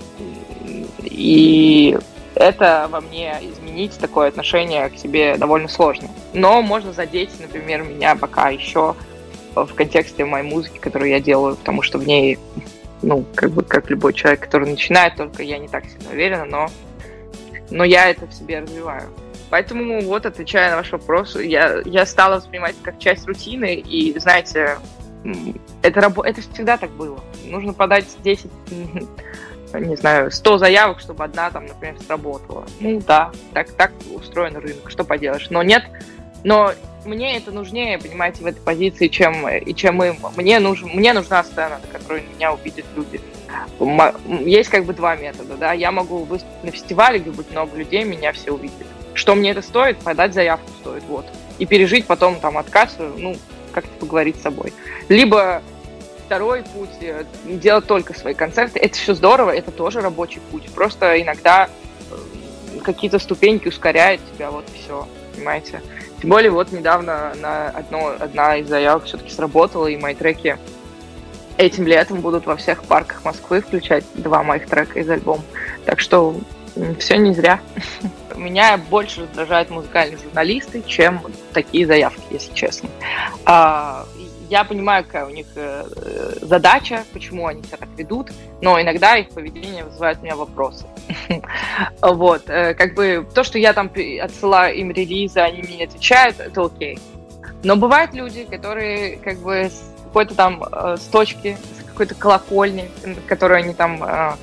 [SPEAKER 4] И это во мне изменить такое отношение к себе довольно сложно. Но можно задеть, например, меня пока еще в контексте моей музыки, которую я делаю, потому что в ней, ну, как бы, как любой человек, который начинает, только я не так сильно уверена, но, но я это в себе развиваю. Поэтому, вот, отвечая на ваш вопрос, я, я стала воспринимать это как часть рутины, и, знаете, это, это всегда так было. Нужно подать десять, не знаю, сто заявок, чтобы одна, там, например, сработала. Ну да, так, так устроен рынок, что поделаешь. Но нет, но мне это нужнее, понимаете, в этой позиции, чем, и чем им. Мне, нужен, мне нужна сцена, на которой меня увидят люди. Есть как бы два метода, да. Я могу выступить на фестивале, где будет много людей, меня все увидят. Что мне это стоит? Подать заявку стоит, вот. И пережить потом там отказ, ну, как-то поговорить с собой. Либо второй путь, делать только свои концерты. Это все здорово, это тоже рабочий путь. Просто иногда какие-то ступеньки ускоряют тебя, вот и все, понимаете. Тем более вот недавно на одно, одна из заявок все-таки сработала, и мои треки этим летом будут во всех парках Москвы включать два моих трека из альбома. Так что все не зря. Меня больше раздражают музыкальные журналисты, чем такие заявки, если честно. Я понимаю, какая у них задача, почему они себя так ведут, но иногда их поведение вызывает у меня вопросы. Вот. Как бы то, что я там отсылаю им релизы, они мне не отвечают, это окей. Но бывают люди, которые как бы с какой-то там с точки, с какой-то колокольни, на которой они там, на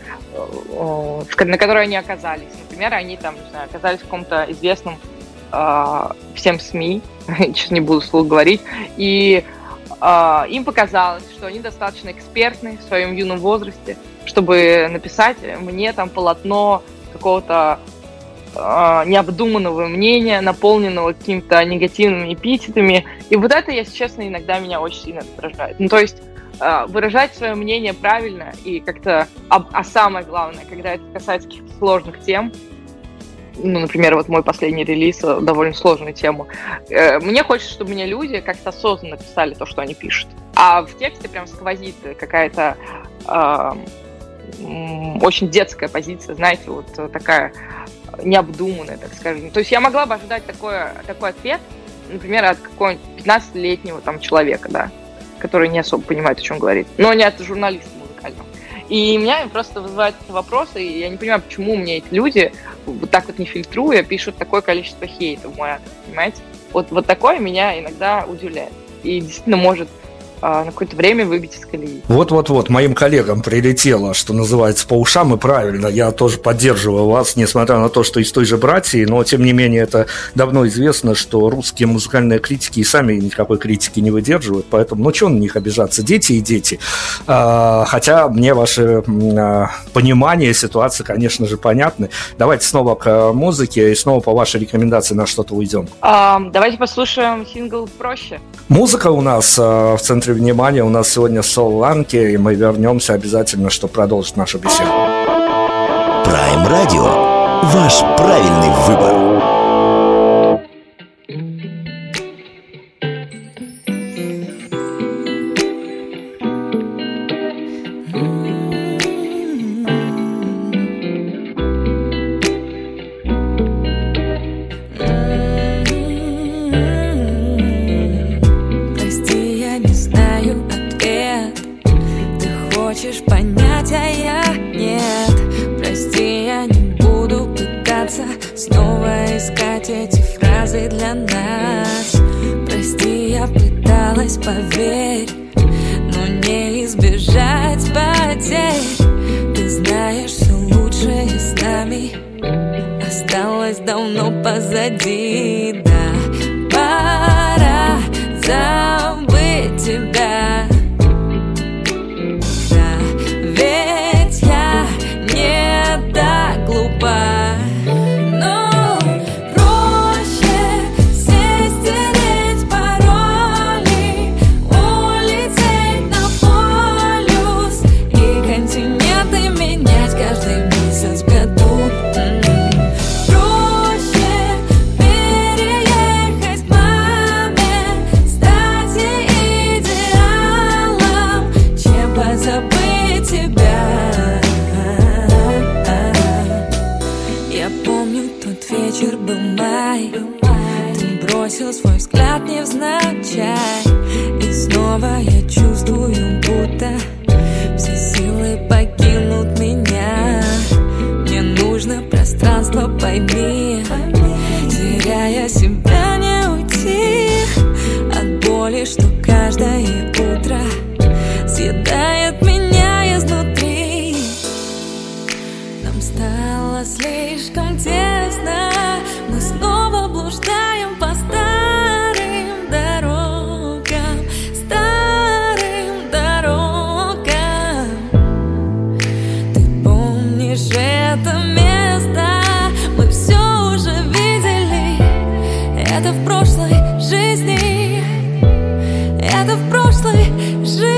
[SPEAKER 4] которой они оказались. Например, они там, не знаю, оказались в каком-то известном всем СМИ, сейчас не буду вслух говорить, и Uh, им показалось, что они достаточно экспертны в своем юном возрасте, чтобы написать мне там полотно какого-то uh, необдуманного мнения, наполненного какими-то негативными эпитетами. И вот это, если честно, иногда меня очень сильно раздражает. Ну, то есть uh, выражать свое мнение правильно и как-то... А, а самое главное, когда это касается каких-то сложных тем, ну, например, вот мой последний релиз, довольно сложную тему. Мне хочется, чтобы мне люди как-то осознанно писали то, что они пишут. А в тексте прям сквозит какая-то э, очень детская позиция, знаете, вот такая необдуманная, так скажем. То есть я могла бы ожидать такой, такой ответ, например, от какого-нибудь пятнадцатилетнего там человека, да, который не особо понимает, о чем говорит, но не от журналиста музыкального. И меня просто вызывают эти вопросы, и я не понимаю, почему мне эти люди, вот так вот не фильтруя, пишут такое количество хейта в мой адрес, понимаете? Вот, вот такое меня иногда удивляет. И действительно может на какое-то время выбить из колеи.
[SPEAKER 3] Вот-вот-вот, моим коллегам прилетело, что называется, по ушам, и правильно, я тоже поддерживаю вас, несмотря на то, что из той же братьи, но, тем не менее, это давно известно, что русские музыкальные критики и сами никакой критики не выдерживают, поэтому, ну, что на них обижаться, дети и дети. А, хотя мне ваше а, понимание ситуации, конечно же, понятны. Давайте снова к музыке и снова по вашей рекомендации на что-то уйдем.
[SPEAKER 4] А, давайте послушаем сингл «Проще».
[SPEAKER 3] Музыка у нас а, в центре внимания, у нас сегодня Сол Ланки, и мы вернемся обязательно, чтобы продолжить нашу беседу.
[SPEAKER 1] Prime Radio. Ваш правильный выбор.
[SPEAKER 2] хочешь понять, а я нет. Прости, я не буду пытаться снова искать эти фразы для нас. Прости, я пыталась, поверь, но не избежать потерь. Ты знаешь, все лучшее с нами осталось давно позади. Да, пора забыть тебя. Да, ведь я не так глупа. Свой взгляд невзначай, и снова я чувствую, будто все силы покинут меня. Мне нужно пространство, пойми, теряя себя, не уйти от боли, что каждое утро съедает меня изнутри. Нам стало слишком тесно, мы снова блуждаем по старым дорогам, старым дорогам. Ты помнишь это место? Мы все уже видели. Это в прошлой жизни. Это в прошлой жизни.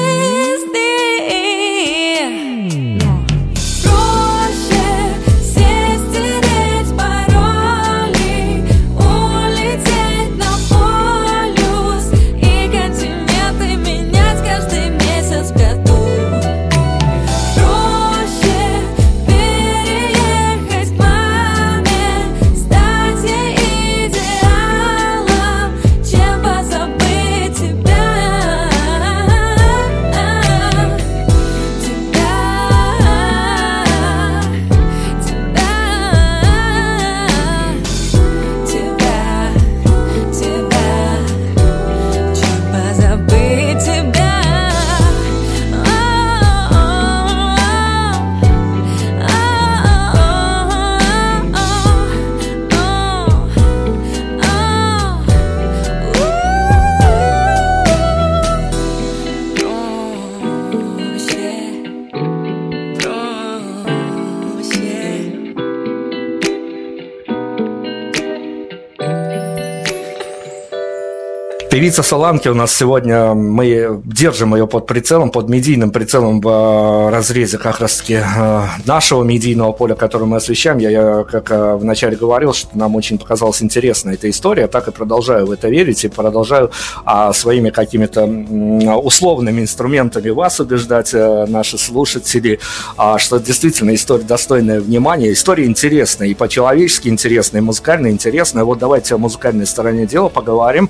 [SPEAKER 3] Певица Соланки у нас сегодня, мы держим ее под прицелом, под медийным прицелом в разрезе как раз-таки нашего медийного поля, которое мы освещаем. Я, я как вначале говорил, что нам очень показалась интересна эта история, так и продолжаю в это верить и продолжаю а, своими какими-то условными инструментами вас убеждать, наши слушатели, а, что действительно история достойная внимания, история интересная и по-человечески интересная, и музыкально интересная. Вот давайте о музыкальной стороне дела поговорим.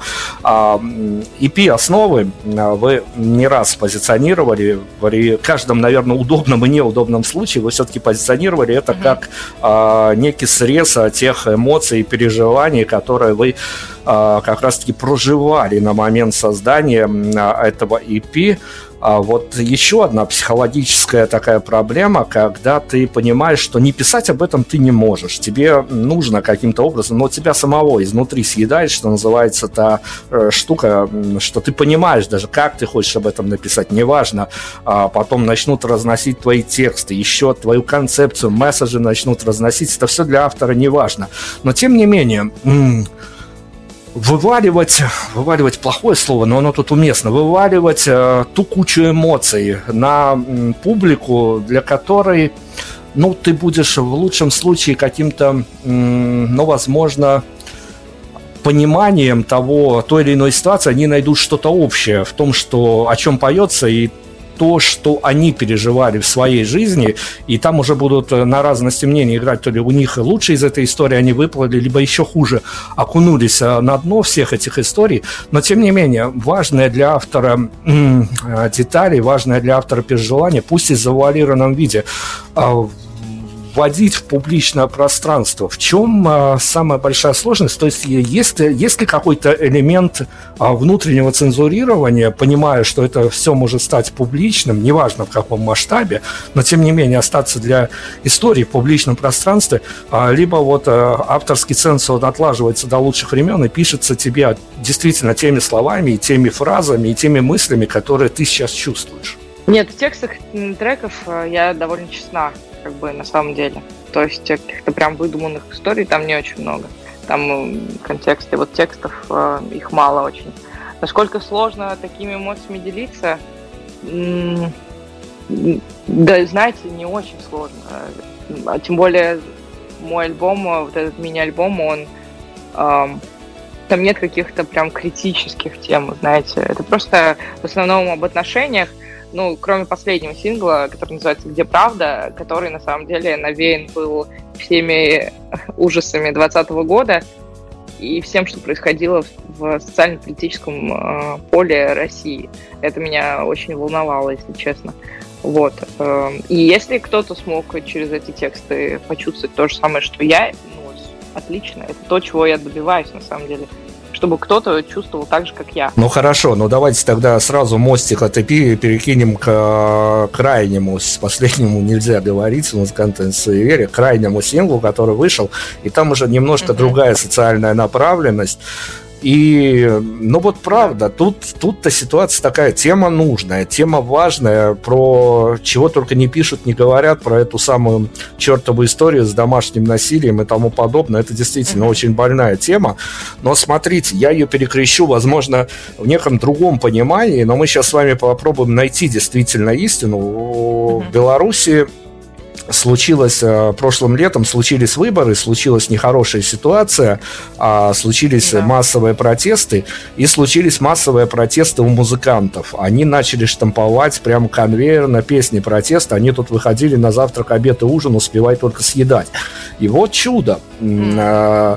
[SPEAKER 3] и пи «Основы» вы не раз позиционировали, при каждом, наверное, удобном и неудобном случае вы все-таки позиционировали это mm-hmm. как а, некий срез тех эмоций и переживаний, которые вы а, как раз-таки проживали на момент создания а, этого и пи. А вот еще одна психологическая такая проблема, когда ты понимаешь, что не писать об этом ты не можешь. Тебе нужно каким-то образом, но тебя самого изнутри съедает, что называется, та э, штука, что ты понимаешь даже, как ты хочешь об этом написать, неважно. А потом начнут разносить твои тексты, еще твою концепцию, месседжи начнут разносить. Это все для автора неважно. Но тем не менее... М- Вываливать, вываливать плохое слово, но оно тут уместно, вываливать э, ту кучу эмоций на м, публику, для которой, ну, ты будешь в лучшем случае каким-то, м, ну, возможно, пониманием того, той или иной ситуации, они найдут что-то общее в том, что, о чем поется, и то, что они переживали в своей жизни, и там уже будут на разности мнений играть, то ли у них лучше из этой истории они выплыли, либо еще хуже окунулись на дно всех этих историй, но тем не менее, важная для автора м- детали, важное для автора переживание, пусть и в завуалированном виде, вводить в публичное пространство. В чем а, самая большая сложность? То есть есть, есть ли какой-то элемент а, внутреннего цензурирования, понимая, что это все может стать публичным, неважно в каком масштабе, но тем не менее остаться для истории в публичном пространстве, а, либо вот а, авторский цензор отлаживается до лучших времен и пишется тебе действительно теми словами, и теми фразами, и теми мыслями, которые ты сейчас чувствуешь?
[SPEAKER 4] Нет, в текстах треков я довольно честна, как бы, на самом деле. То есть каких-то прям выдуманных историй там не очень много. Там контексты вот текстов, их мало очень. Насколько сложно такими эмоциями делиться? Да, знаете, не очень сложно. Тем более мой альбом, вот этот мини-альбом, он... Там нет каких-то прям критических тем, знаете. Это просто в основном об отношениях. Ну, кроме последнего сингла, который называется «Где правда?», который, на самом деле, навеян был всеми ужасами двадцатого года и всем, что происходило в социально-политическом э, поле России. Это меня очень волновало, если честно. Вот. И если кто-то смог через эти тексты почувствовать то же самое, что я, ну, отлично. Это то, чего я добиваюсь, на самом деле. Чтобы кто-то чувствовал так же, как я.
[SPEAKER 3] Ну хорошо, ну давайте тогда сразу мостик от Эпи перекинем к крайнему, с последнему нельзя говорить, музыканты суеверия, к крайнему синглу, который вышел, и там уже немножко uh-huh. другая социальная направленность. И, ну вот правда, тут, тут-то ситуация такая, тема нужная, тема важная, про чего только не пишут, не говорят, про эту самую чертову историю с домашним насилием и тому подобное. Это действительно mm-hmm. очень больная тема. Но смотрите, я ее перекрещу, возможно, в неком другом понимании, но мы сейчас с вами попробуем найти действительно истину. Mm-hmm. В Беларуси случилось прошлым летом, случились выборы, случилась нехорошая ситуация, случились да. массовые протесты, и случились массовые протесты у музыкантов. Они начали штамповать прям конвейер на песни протеста. Они тут выходили на завтрак, обед и ужин, успевая только съедать. И вот чудо. Mm-hmm.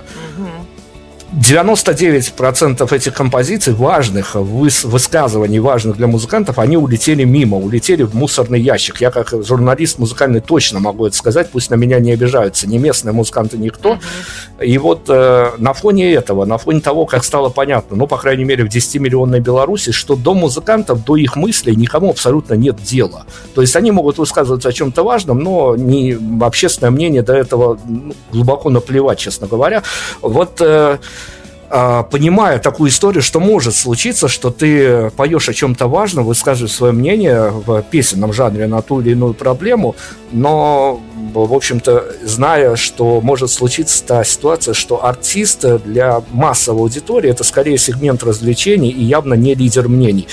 [SPEAKER 3] девяносто девять процентов этих композиций, важных выс- высказываний, важных для музыкантов, они улетели мимо, улетели в мусорный ящик. Я как журналист музыкальный точно могу это сказать, пусть на меня не обижаются ни местные музыканты, никто. Mm-hmm. И вот э, на фоне этого, на фоне того, как стало понятно, ну, по крайней мере, в десятимиллионной Беларуси, что до музыкантов, до их мыслей никому абсолютно нет дела. То есть они могут высказываться о чем-то важном, но не, общественное мнение до этого ну, глубоко наплевать, честно говоря. Вот... Э, понимая такую историю, что может случиться, что ты поешь о чем-то важном, высказываешь свое мнение в песенном жанре на ту или иную проблему, но, в общем-то, зная, что может случиться та ситуация, что артист для массовой аудитории это скорее сегмент развлечений и явно не лидер мнений.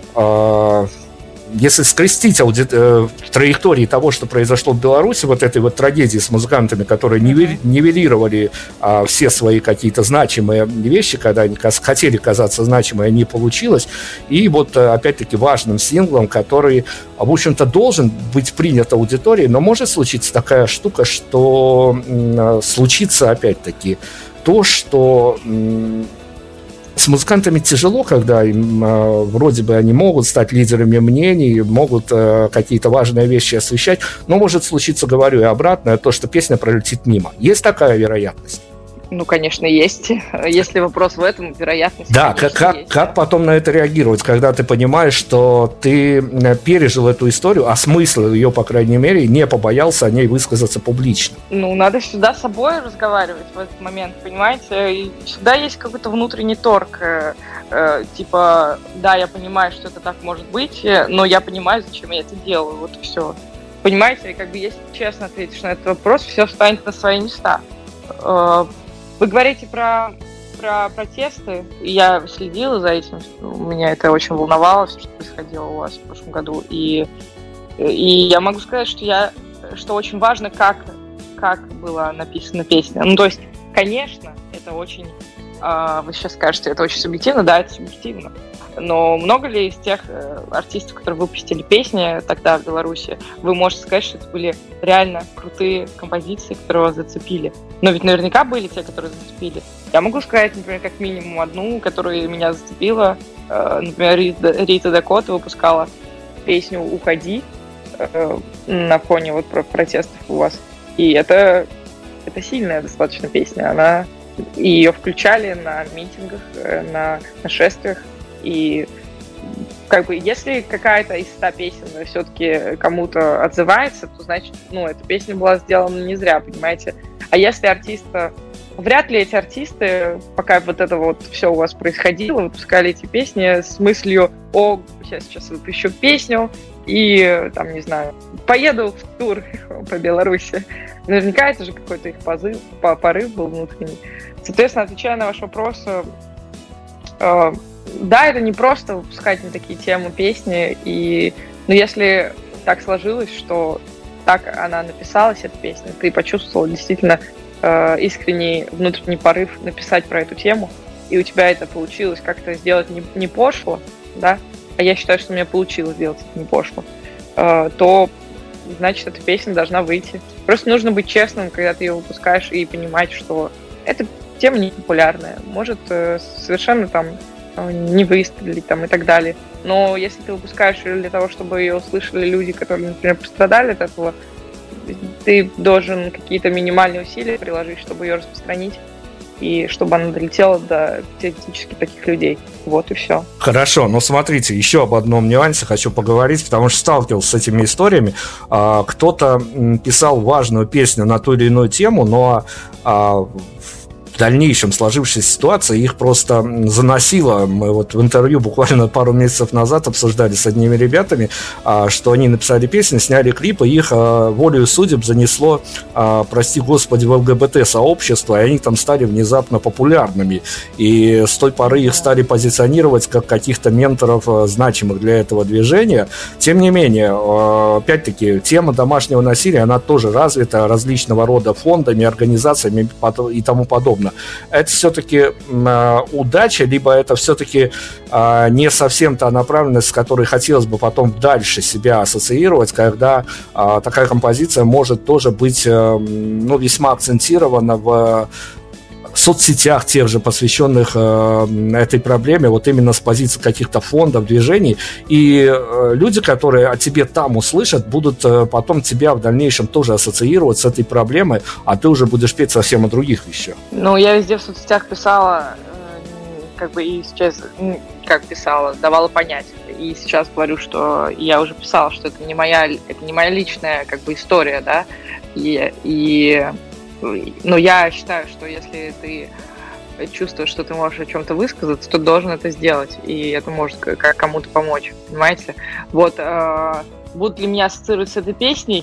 [SPEAKER 3] Если скрестить ауди... э, траектории того, что произошло в Беларуси, вот этой вот трагедии с музыкантами, которые нивелировали а, все свои какие-то значимые вещи, когда они хотели казаться значимыми, а не получилось, и вот опять-таки важным синглом, который, в общем-то, должен быть принят аудиторией, но может случиться такая штука, что м, случится опять-таки то, что... М, с музыкантами тяжело, когда им, э, вроде бы они могут стать лидерами мнений, могут э, какие-то важные вещи освещать, но может случиться, говорю, и обратное, то, что песня пролетит мимо. Есть такая вероятность?
[SPEAKER 4] Ну, конечно, есть. Если вопрос в этом, вероятность,
[SPEAKER 3] да, конечно, как, есть. Как потом на это реагировать, когда ты понимаешь, что ты пережил эту историю, осмыслил ее, по крайней мере, и не побоялся о ней высказаться публично?
[SPEAKER 4] Ну, надо всегда с собой разговаривать в этот момент, понимаете? И всегда есть какой-то внутренний торг. Э, э, типа, да, я понимаю, что это так может быть, но я понимаю, зачем я это делаю. Вот и все. Понимаете, как бы, если честно ответишь на этот вопрос, все встанет на свои места. Э, Вы говорите про, про протесты, и я следила за этим, меня это очень волновало, все, что происходило у вас в прошлом году, и, и я могу сказать, что, я, что очень важно, как, как была написана песня. Ну, то есть, конечно, это очень, э, вы сейчас скажете, это очень субъективно, да, это субъективно, Но много ли из тех э, артистов, которые выпустили песни тогда в Беларуси, вы можете сказать, что это были реально крутые композиции, которые вас зацепили? Но ведь наверняка были те, которые зацепили. Я могу сказать, например, как минимум одну, которая меня зацепила. Э, например, Рита, Рита Дакота выпускала песню «Уходи» э, на фоне вот протестов у вас. И это, это сильная достаточно песня. Она, ее включали на митингах, э, на нашествиях. И как бы, если какая-то из ста песен все-таки кому-то отзывается, то значит, ну, эта песня была сделана не зря, понимаете? А если артиста... Вряд ли эти артисты, пока вот это вот все у вас происходило, выпускали эти песни с мыслью: о, сейчас, сейчас выпущу песню и, там, не знаю, поеду в тур по Беларуси. Наверняка это же какой-то их позыв, порыв был внутренний. Соответственно, отвечая на ваш вопрос, э, да, это не просто выпускать на такие темы песни, и, но если так сложилось, что так она написалась, эта песня, ты почувствовал действительно э, искренний внутренний порыв написать про эту тему, и у тебя это получилось как-то сделать не, не пошло, да, а я считаю, что у меня получилось сделать это не пошло, э, то, значит, эта песня должна выйти. Просто нужно быть честным, когда ты ее выпускаешь, и понимать, что эта тема не популярная, может э, совершенно там не выстрелить там и так далее. Но если ты выпускаешь ее для того, чтобы ее услышали люди, которые, например, пострадали от этого, ты должен какие-то минимальные усилия приложить, чтобы ее распространить, и чтобы она долетела до теоретически таких людей. Вот и все.
[SPEAKER 3] Хорошо, но смотрите, еще об одном нюансе хочу поговорить, потому что сталкивался с этими историями. Кто-то писал важную песню на ту или иную тему, но в дальнейшем сложившейся ситуации их просто заносило. Мы вот в интервью буквально пару месяцев назад обсуждали с одними ребятами, что они написали песни, сняли клип, и их волею судеб занесло, прости господи, в ЛГБТ-сообщество, и они там стали внезапно популярными. И с той поры их стали позиционировать как каких-то менторов, значимых для этого движения. Тем не менее, опять-таки, тема домашнего насилия, она тоже развита различного рода фондами, организациями и тому подобное. Это все-таки э, удача, либо это все-таки э, не совсем та направленность, с которой хотелось бы потом дальше себя ассоциировать, когда э, такая композиция может тоже быть э, ну, весьма акцентирована в соцсетях тех же, посвященных э, этой проблеме, вот именно с позиции каких-то фондов, движений, и э, люди, которые о тебе там услышат, будут э, потом тебя в дальнейшем тоже ассоциировать с этой проблемой, а ты уже будешь петь совсем о других вещах.
[SPEAKER 4] Ну, я везде в соцсетях писала, э, как бы и сейчас, как писала, давала понять, и сейчас говорю, что я уже писала, что это не моя, это не моя личная, как бы, история, да, и, и но я считаю, что если ты чувствуешь, что ты можешь о чем-то высказаться, то должен это сделать, и это может кому-то помочь, понимаете? Вот, э, будут ли меня ассоциировать с этой песней?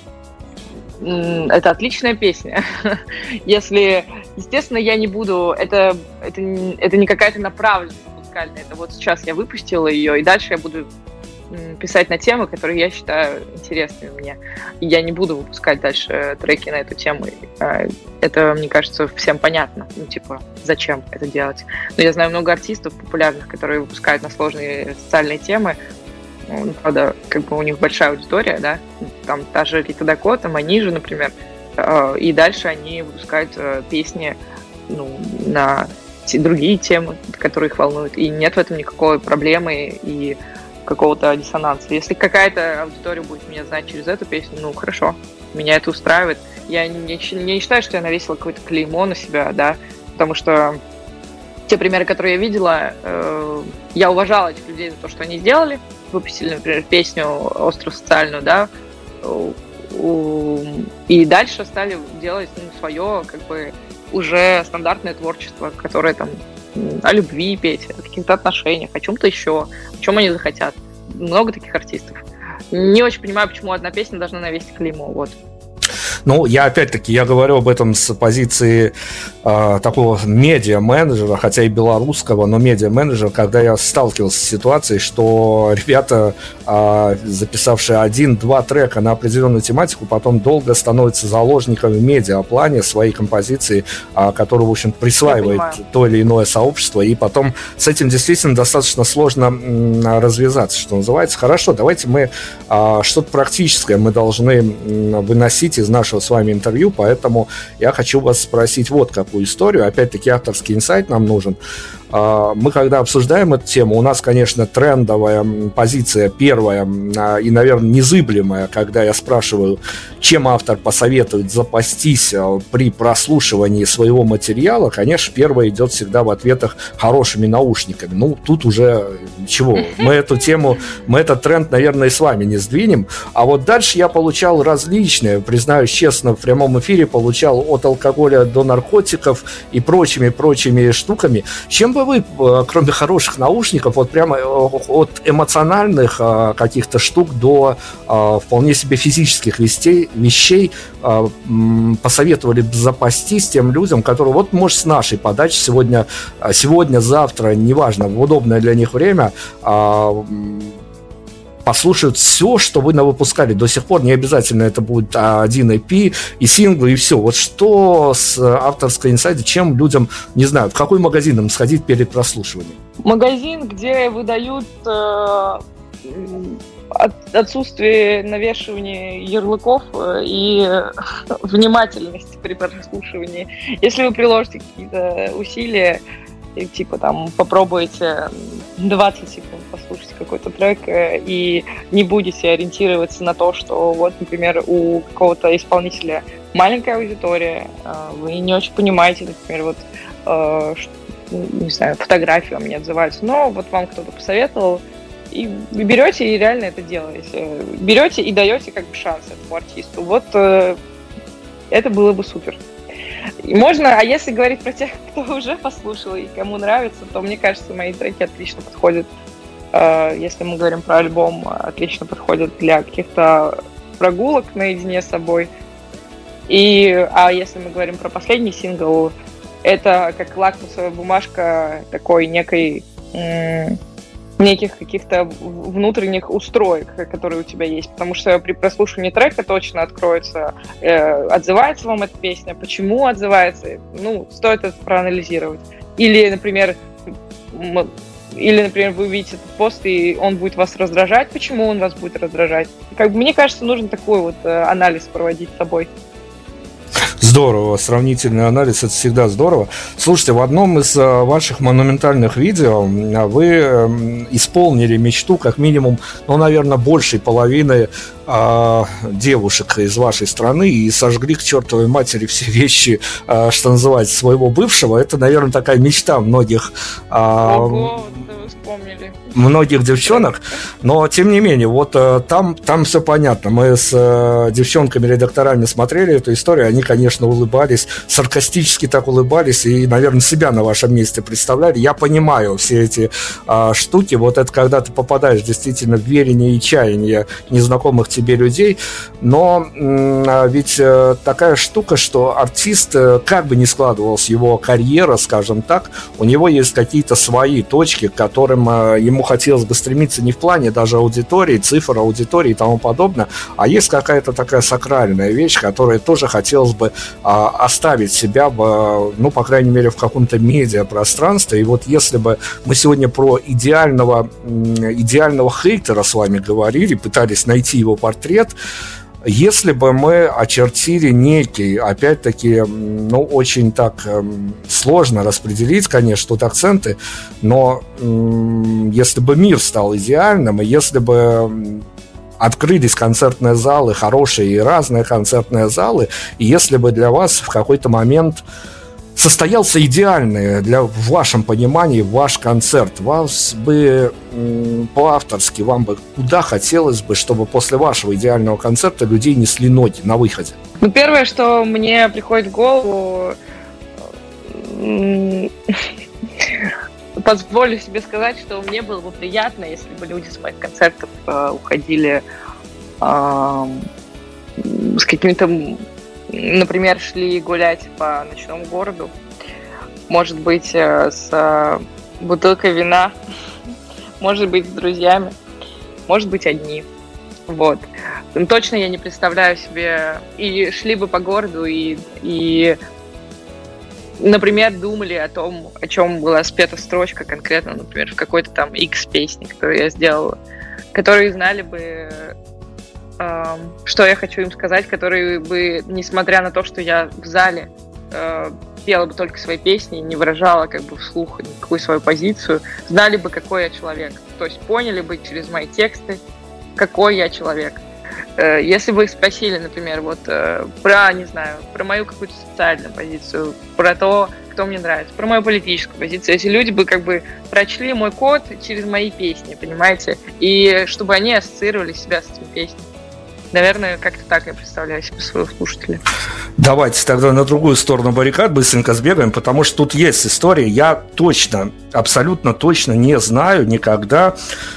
[SPEAKER 4] Это отличная песня. Если, естественно, я не буду, это, это, это не какая-то направленность музыкальная, это вот сейчас я выпустила ее, и дальше я буду писать на темы, которые я считаю интересными мне. И я не буду выпускать дальше треки на эту тему. Это, мне кажется, всем понятно. Ну, типа, зачем это делать? Но я знаю много артистов популярных, которые выпускают на сложные социальные темы. Ну, правда, как бы у них большая аудитория, да? Там та же Рита Дакота, Манижа, например. И дальше они выпускают песни, ну, на другие темы, которые их волнуют. И нет в этом никакой проблемы и какого-то диссонанса. Если какая-то аудитория будет меня знать через эту песню, ну, хорошо, меня это устраивает. Я не, не, не считаю, что я навесила какое-то клеймо на себя, да, потому что те примеры, которые я видела, э, я уважала этих людей за то, что они сделали. Выпустили, например, песню остросоциальную, да, у, у, и дальше стали делать, ну, свое, как бы, уже стандартное творчество, которое там о любви петь, о каких-то отношениях, о чем-то еще, о чем они захотят. Много таких артистов. Не очень понимаю, почему одна песня должна навесить клеймо. Вот.
[SPEAKER 3] Ну, я опять-таки, я говорю об этом с позиции э, такого медиа-менеджера, хотя и белорусского, но медиа-менеджера, когда я сталкивался с ситуацией, что ребята, э, записавшие один-два трека на определенную тематику, потом долго становятся заложниками медиа в плане своей композиции, э, которую, в общем, присваивает то или иное сообщество, и потом с этим действительно достаточно сложно м, развязаться, что называется. Хорошо, давайте мы э, что-то практическое мы должны м, выносить из нашего с вами интервью, поэтому я хочу вас спросить вот какую историю. Опять-таки авторский инсайт нам нужен. Мы, когда обсуждаем эту тему, у нас, конечно, трендовая позиция первая и, наверное, незыблемая, когда я спрашиваю, чем автор посоветует запастись при прослушивании своего материала, конечно, первое идет всегда в ответах хорошими наушниками. Ну, тут уже чего, мы эту тему, мы этот тренд, наверное, и с вами не сдвинем. А вот дальше я получал различные, признаюсь честно, в прямом эфире получал от алкоголя до наркотиков и прочими-прочими штуками. Чем бы вы, кроме хороших наушников, вот прямо от эмоциональных каких-то штук до вполне себе физических вещей, вещей посоветовали бы запастись тем людям, которые вот, может, с нашей подачи сегодня, сегодня, завтра, неважно, в удобное для них время, послушают все, что вы навыпускали до сих пор. Не обязательно это будет один и пи и синглы, и все. Вот что с авторской инсайда, чем людям, не знаю, в какой магазин им сходить перед прослушиванием?
[SPEAKER 4] Магазин, где выдают э, от, отсутствие навешивания ярлыков и внимательность при прослушивании. Если вы приложите какие-то усилия, и, типа там попробуете двадцать секунд послушать какой-то трек и не будете ориентироваться на то, что вот, например, у какого-то исполнителя маленькая аудитория, вы не очень понимаете, например, вот, не знаю, фотографии вам не отзываются, но вот вам кто-то посоветовал, и вы берете и реально это делаете. Берете и даете как бы шанс этому артисту. Вот это было бы супер. Можно, а если говорить про тех, кто уже послушал и кому нравится, то, мне кажется, мои треки отлично подходят, э, если мы говорим про альбом, отлично подходят для каких-то прогулок наедине с собой. И, а если мы говорим про последний сингл, это как лакмусовая бумажка такой некой... М- неких каких-то внутренних устроек, которые у тебя есть, потому что при прослушивании трека точно откроется, э, отзывается вам эта песня, почему отзывается, ну, стоит это проанализировать. Или, например, м- или, например, вы увидите этот пост, и он будет вас раздражать, почему он вас будет раздражать. Как бы, мне кажется, нужно такой вот э, анализ проводить с собой.
[SPEAKER 3] Здорово, сравнительный анализ, это всегда здорово. Слушайте, в одном из а, ваших монументальных видео вы а, исполнили мечту, как минимум, ну, наверное, большей половины а, девушек из вашей страны и сожгли к чертовой матери все вещи, а, что называется, своего бывшего. Это, наверное, такая мечта многих... А,
[SPEAKER 4] Ого, вы вспомнили.
[SPEAKER 3] Многих девчонок, но тем не менее, вот там, там все понятно. Мы с э, девчонками-редакторами смотрели эту историю, они, конечно, улыбались, саркастически так улыбались и, наверное, себя на вашем месте представляли. Я понимаю все эти э, штуки, вот это когда ты попадаешь действительно в верение и чаяние незнакомых тебе людей, но э, ведь э, такая штука, что артист, э, как бы ни складывалась его карьера, скажем так, у него есть какие-то свои точки, к которым э, ему хотелось бы стремиться не в плане даже аудитории, цифр аудитории и тому подобное, а есть какая-то такая сакральная вещь, которая тоже хотелось бы а, оставить себя, в, ну, по крайней мере, в каком-то медиапространстве. И вот если бы мы сегодня про идеального, идеального хейтера с вами говорили, пытались найти его портрет, если бы мы очертили некий, опять-таки, ну, очень так эм, сложно распределить, конечно, тут акценты, но эм, если бы мир стал идеальным, и если бы открылись концертные залы, хорошие и разные концертные залы, и если бы для вас в какой-то момент состоялся идеальный, для, в вашем понимании, ваш концерт, вас бы м, по-авторски, вам бы куда хотелось бы, чтобы после вашего идеального концерта людей несли ноги на выходе?
[SPEAKER 4] Ну, первое, что мне приходит в голову, позволю себе сказать, что мне было бы приятно, если бы люди с моих концертов э, уходили э, с какими-то например, шли гулять по ночному городу, может быть, с бутылкой вина, может быть, с друзьями, может быть, одни. Вот. Но точно я не представляю себе... И шли бы по городу и, и, например, думали о том, о чем была спета строчка конкретно, например, в какой-то там X песне, которую я сделала, которые знали бы, э, что я хочу им сказать, которые бы, несмотря на то, что я в зале э, пела бы только свои песни, не выражала как бы вслух никакую свою позицию, знали бы, какой я человек. То есть поняли бы через мои тексты, какой я человек. Если бы их спросили, например, вот про, не знаю, про мою какую-то социальную позицию, про то, кто мне нравится, про мою политическую позицию, если люди бы как бы прочли мой код через мои песни, понимаете, и чтобы они ассоциировали себя с этими песнями. Наверное, как-то так я представляю себе своего слушателя.
[SPEAKER 3] Давайте тогда на другую сторону баррикад быстренько сбегаем, потому что тут есть история. Я точно, абсолютно точно не знаю никогда,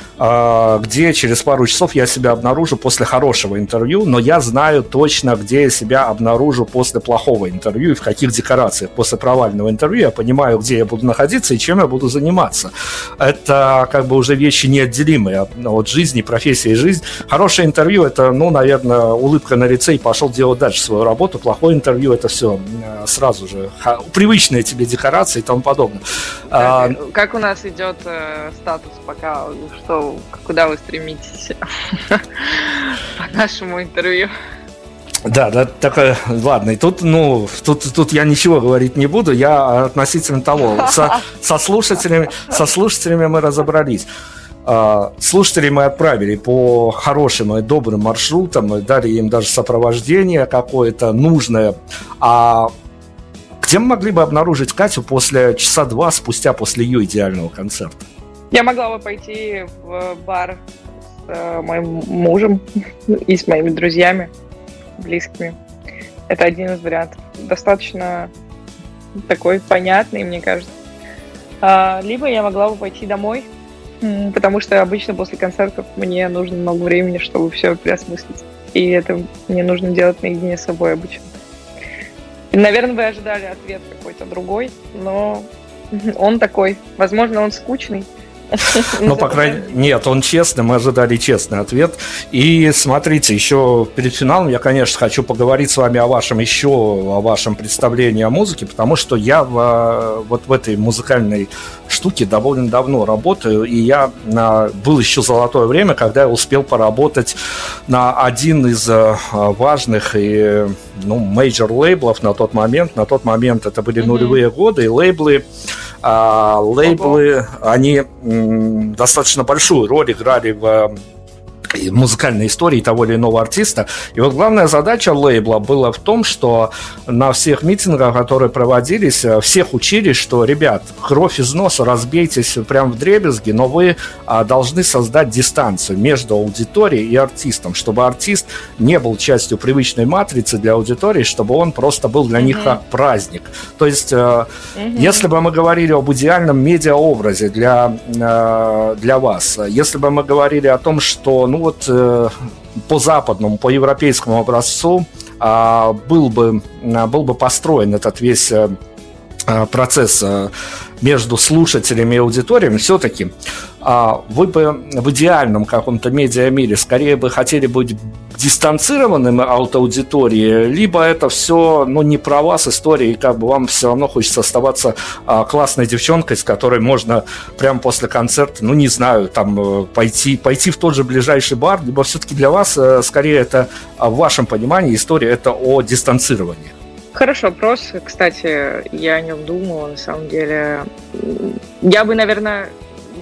[SPEAKER 3] где через пару часов я себя обнаружу после хорошего интервью, но я знаю точно, где я себя обнаружу после плохого интервью и в каких декорациях. После провального интервью я понимаю, где я буду находиться и чем я буду заниматься. Это как бы уже вещи неотделимые от жизни, профессии и жизни. Хорошее интервью – это, ну, наверное, улыбка на лице и пошел делать дальше свою работу. Плохое интервью – это все сразу же привычные тебе декорации и тому подобное.
[SPEAKER 4] Как, а, как у нас идет э, статус пока, что куда вы стремитесь по нашему интервью?
[SPEAKER 3] Да, да, так, ладно, и тут, ну, тут, тут я ничего говорить не буду, я относительно того, со, со, слушателями, со слушателями мы разобрались. Слушателей мы отправили по хорошим и добрым маршрутам, дали им даже сопровождение какое-то нужное, а где мы могли бы обнаружить Катю после часа два спустя после ее идеального концерта?
[SPEAKER 4] Я могла бы пойти в бар с э, моим мужем и с моими друзьями, близкими. Это один из вариантов. Достаточно такой понятный, мне кажется. А, либо я могла бы пойти домой, потому что обычно после концертов мне нужно много времени, чтобы все переосмыслить. И это мне нужно делать наедине с собой обычно. И, наверное, вы ожидали ответ какой-то другой, но он такой. Возможно, он скучный.
[SPEAKER 3] Ну, по крайней мере, нет, он честный, мы ожидали честный ответ. И смотрите, еще перед финалом я, конечно, хочу поговорить с вами о вашем еще, о вашем представлении о музыке, потому что я в, вот в этой музыкальной штуке довольно давно работаю, и я на, был еще золотое время, когда я успел поработать на один из важных и, ну, мейджор лейблов на тот момент. На тот момент это были mm-hmm. нулевые годы, и лейблы А, лейблы, они м, достаточно большую роль играли в музыкальной истории того или иного артиста. И вот главная задача лейбла была в том, что на всех митингах, которые проводились, всех учили, что, ребят, кровь из носа, разбейтесь прямо вдребезги, но вы а, должны создать дистанцию между аудиторией и артистом, чтобы артист не был частью привычной матрицы для аудитории, чтобы он просто был для mm-hmm. них как праздник. То есть, э, mm-hmm. если бы мы говорили об идеальном медиаобразе для, э, для вас, если бы мы говорили о том, что, ну, вот э, по западному, по европейскому образцу э, был бы, э, был бы построен этот весь э, процесс э, между слушателями и аудиториями, все-таки э, вы бы в идеальном каком-то медиамире скорее бы хотели быть дистанцированным от аудитории, либо это все, ну, не про вас история, и как бы вам все равно хочется оставаться а, классной девчонкой, с которой можно прямо после концерта, ну, не знаю, там пойти, пойти в тот же ближайший бар, либо все-таки для вас, а, скорее, это а, в вашем понимании история это о дистанцировании.
[SPEAKER 4] Хороший вопрос, кстати, я о нем думала, на самом деле. Я бы, наверное,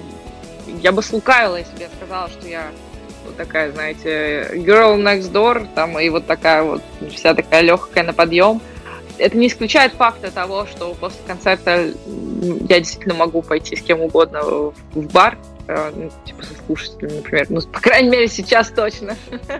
[SPEAKER 4] я бы слукавила, если бы я сказала, что я такая, знаете, girl next door, там, и вот такая вот, вся такая легкая на подъем. Это не исключает факта того, что после концерта я действительно могу пойти с кем угодно в, в бар, э, ну, типа со слушателями, например, ну, по крайней мере, сейчас точно.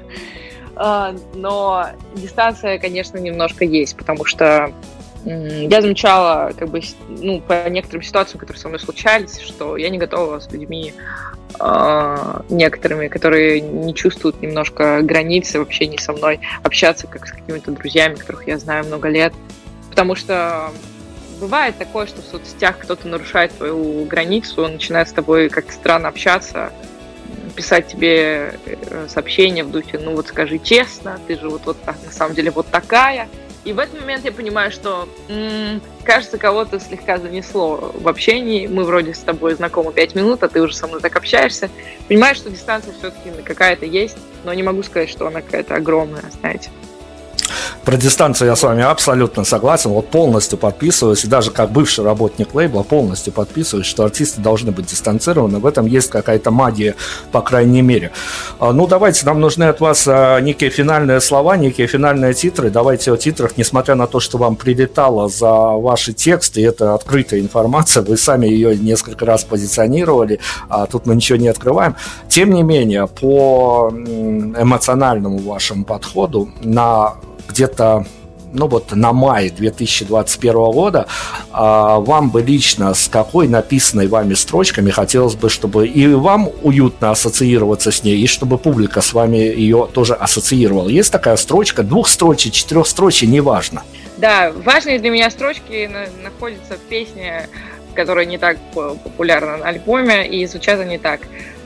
[SPEAKER 4] Но дистанция, конечно, немножко есть, потому что я замечала, как бы, ну, по некоторым ситуациям, которые со мной случались, что я не готова с людьми э, некоторыми, которые не чувствуют немножко границы в общении со мной, общаться как с какими-то друзьями, которых я знаю много лет. Потому что бывает такое, что в соцсетях кто-то нарушает твою границу, он начинает с тобой как-то странно общаться, писать тебе сообщения в духе, ну вот скажи честно, ты же вот, вот так, на самом деле вот такая. И в этот момент я понимаю, что, м-м, кажется, кого-то слегка занесло в общении. Мы вроде с тобой знакомы пять минут, а ты уже со мной так общаешься. Понимаю, что дистанция все-таки какая-то есть, но не могу сказать, что она какая-то огромная, знаете.
[SPEAKER 3] Про дистанцию я с вами абсолютно согласен, вот полностью подписываюсь, и даже как бывший работник лейбла полностью подписываюсь, что артисты должны быть дистанцированы, в этом есть какая-то магия, по крайней мере. Ну, давайте, нам нужны от вас некие финальные слова, некие финальные титры, давайте о титрах, несмотря на то, что вам прилетало за ваши тексты, это открытая информация, вы сами ее несколько раз позиционировали, а тут мы ничего не открываем, тем не менее, по эмоциональному вашему подходу на где-то, ну вот на май две тысячи двадцать первого года а, вам бы лично с какой написанной вами строчками хотелось бы, чтобы и вам уютно ассоциироваться с ней, и чтобы публика с вами ее тоже ассоциировала? Есть такая строчка, двухстрочие, четырехстрочие, неважно.
[SPEAKER 4] Да, важные для меня строчки находятся в песне, которая не так популярна на альбоме, и звучат они так.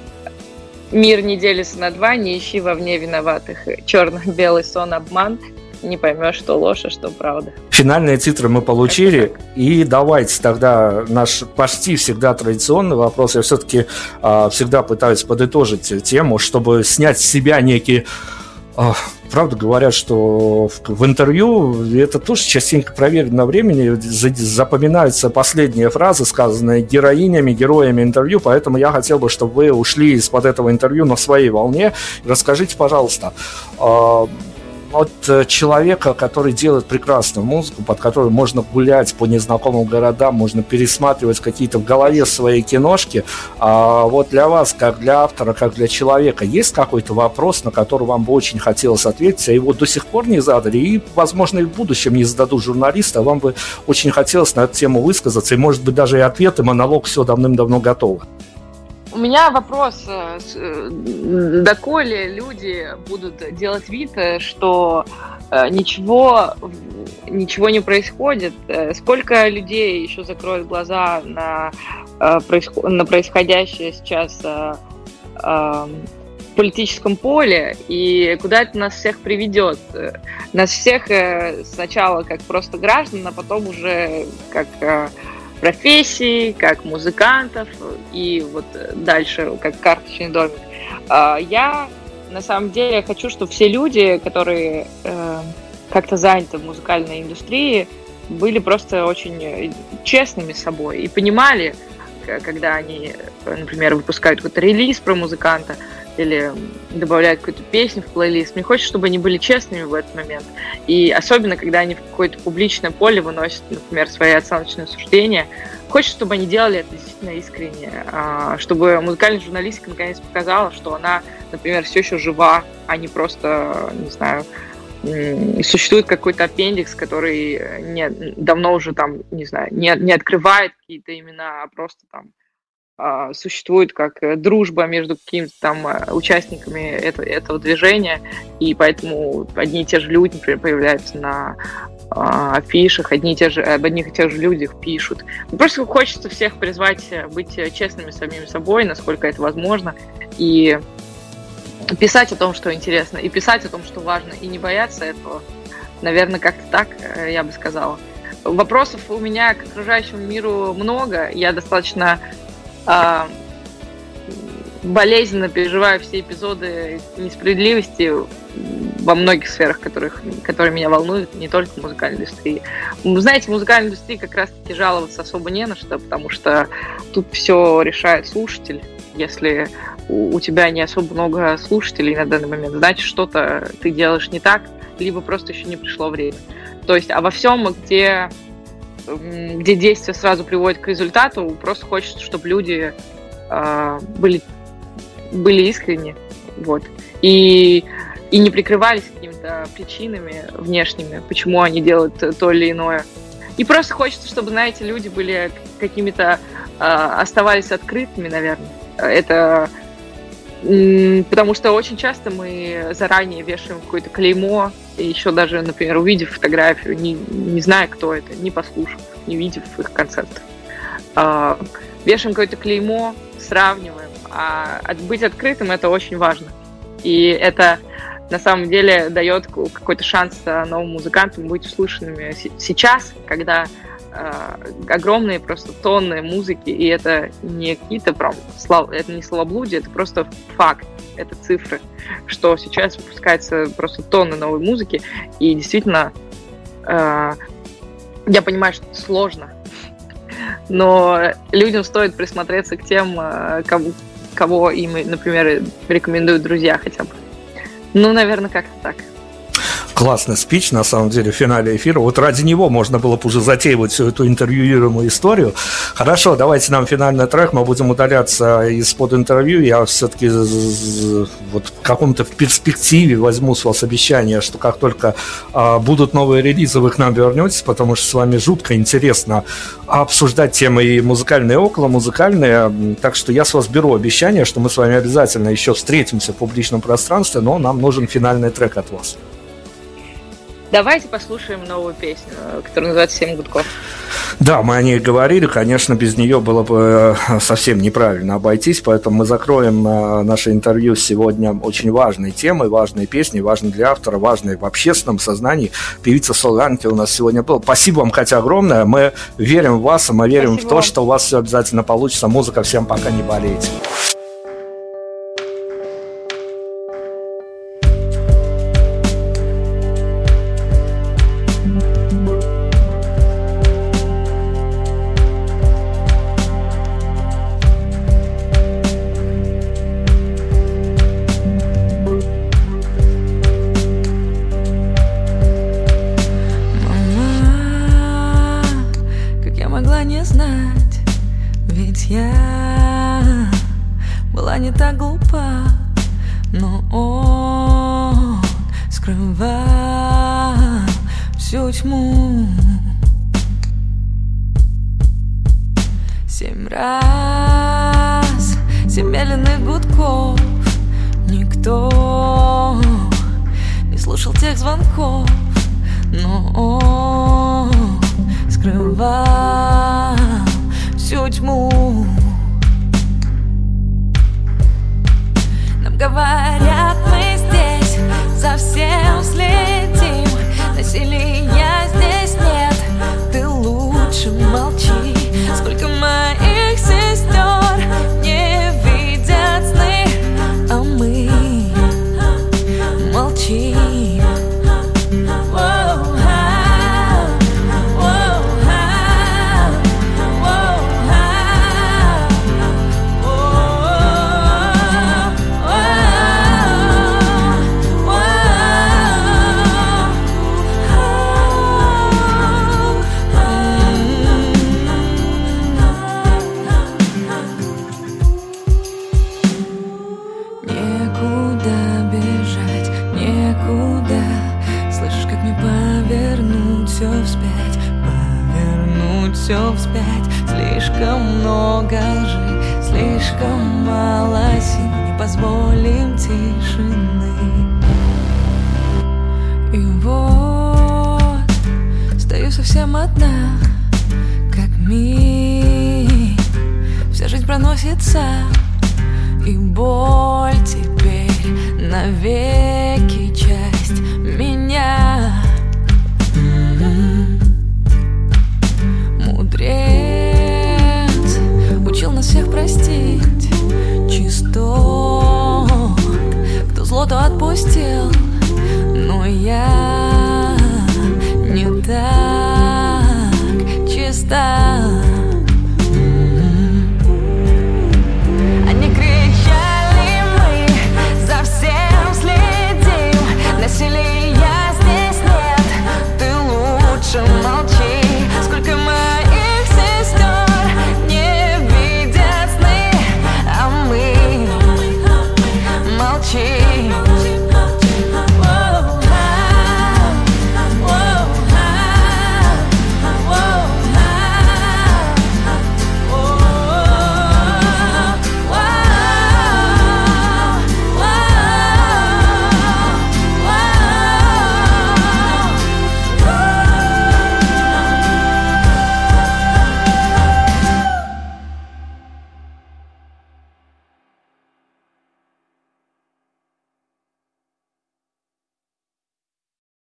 [SPEAKER 4] Мир не делится на два, не ищи вовне виноватых. Черно-белый сон, обман. Не поймешь, что ложь, а что правда.
[SPEAKER 3] Финальные титры мы получили, и давайте тогда наш почти всегда традиционный вопрос. Я все-таки э, всегда пытаюсь подытожить тему, чтобы снять с себя некие... Э, правда говорят, что в, в интервью, это тоже частенько проверено времени, запоминаются последние фразы, сказанные героинями, героями интервью, поэтому я хотел бы, чтобы вы ушли из-под этого интервью на своей волне. Расскажите, пожалуйста, э, от человека, который делает прекрасную музыку, под которой можно гулять по незнакомым городам, можно пересматривать какие-то в голове свои киношки. А вот для вас, как для автора, как для человека, есть какой-то вопрос, на который вам бы очень хотелось ответить, а его до сих пор не задали, и, возможно, и в будущем не зададут журналисты, а вам бы очень хотелось на эту тему высказаться, и, может быть, даже и ответ, и монолог все давным-давно готово.
[SPEAKER 4] У меня вопрос, доколе люди будут делать вид, что ничего, ничего не происходит, сколько людей еще закроют глаза на, на происходящее сейчас в политическом поле, и куда это нас всех приведет? Нас всех сначала как просто граждан, а потом уже как... профессий, как музыкантов и вот дальше как карточный домик. Я на самом деле хочу, чтобы все люди, которые как-то заняты в музыкальной индустрии, были просто очень честными с собой и понимали, когда они, например, выпускают какой-то релиз про музыканта или добавляют какую-то песню в плейлист. Мне хочется, чтобы они были честными в этот момент. И особенно, когда они в какое-то публичное поле выносят, например, свои оценочные суждения, хочется, чтобы они делали это действительно искренне. Чтобы музыкальная журналистика наконец показала, что она, например, все еще жива, а не просто, не знаю, существует какой-то аппендикс, который не, давно уже там, не знаю, не, не открывает какие-то имена, а просто там существует как дружба между какими-то там участниками этого, этого движения, и поэтому одни и те же люди, например, появляются на а, афишах, одни и те же, об одних и тех же людях пишут. Просто хочется всех призвать быть честными с самим собой, насколько это возможно, и писать о том, что интересно, и писать о том, что важно, и не бояться этого. Наверное, как-то так, я бы сказала. Вопросов у меня к окружающему миру много, я достаточно болезненно переживаю все эпизоды несправедливости во многих сферах, которых, которые меня волнуют, не только в музыкальной индустрии. Знаете, в музыкальной индустрии как раз-таки жаловаться особо не на что, потому что тут все решает слушатель. Если у, у тебя не особо много слушателей на данный момент, значит, что-то ты делаешь не так, либо просто еще не пришло время. То есть, а во всем, где... где действия сразу приводят к результату, просто хочется, чтобы люди э, были, были искренни, вот, и, и не прикрывались какими-то причинами внешними, почему они делают то или иное. И просто хочется, чтобы, знаете, люди были какими-то, э, оставались открытыми, наверное. Это Потому что очень часто мы заранее вешаем какое-то клеймо, и еще даже, например, увидев фотографию, не, не зная, кто это, не послушав, не видев их концертов. Э, вешаем какое-то клеймо, сравниваем. А быть открытым — это очень важно. И это на самом деле дает какой-то шанс новым музыкантам быть услышанными сейчас, когда огромные просто тонны музыки, и это не какие-то прям слова, это не словоблудие, это просто факт, это цифры, что сейчас выпускается просто тонны новой музыки, и действительно э, я понимаю, что это сложно, но людям стоит присмотреться к тем, кого, кого им, например, рекомендуют друзья хотя бы. Ну, наверное, как-то так.
[SPEAKER 3] Классный спич, на самом деле, в финале эфира. Вот ради него можно было бы уже затеивать всю эту интервьюируемую историю. Хорошо, давайте нам финальный трек. Мы будем удаляться из-под интервью. Я все-таки вот в каком-то в перспективе возьму с вас обещание, что как только а, будут новые релизы, вы к нам вернетесь, потому что с вами жутко интересно обсуждать темы и музыкальные, и околомузыкальные. Так что я с вас беру обещание, что мы с вами обязательно еще встретимся в публичном пространстве, но нам нужен финальный трек от вас.
[SPEAKER 4] Давайте послушаем новую песню, которая называется «Семь гудков».
[SPEAKER 3] Да, мы о ней говорили, конечно, без нее было бы совсем неправильно обойтись, поэтому мы закроем наше интервью сегодня очень важной темой, важной песней, важной для автора, важной в общественном сознании. Певица Соланки у нас сегодня была. Спасибо вам, Катя, огромное. Мы верим в вас, и мы верим Спасибо в то, вам. Что у вас все обязательно получится. Музыка, всем пока, не болейте.
[SPEAKER 2] Семь раз, семь медленных гудков. Никто не слушал тех звонков, но он скрывал всю тьму. Нам говорят, мы здесь за всем следим, насилия здесь нет, ты лучше молчи. Сколько моих сестер не видят сны, а мы молчим. Все вспять, слишком много лжи, слишком мало сил, не позволим тишины. И вот стою совсем одна, как миг, вся жизнь проносится, и боль теперь навеки часть меня. Мудрец учил нас всех простить, чистот, кто зло, то отпустил, но я не так чиста. Они кричали, мы за всем следим, насилия здесь нет, ты лучше молчи. Сколько моих сестер не видят сны, а мы молчим.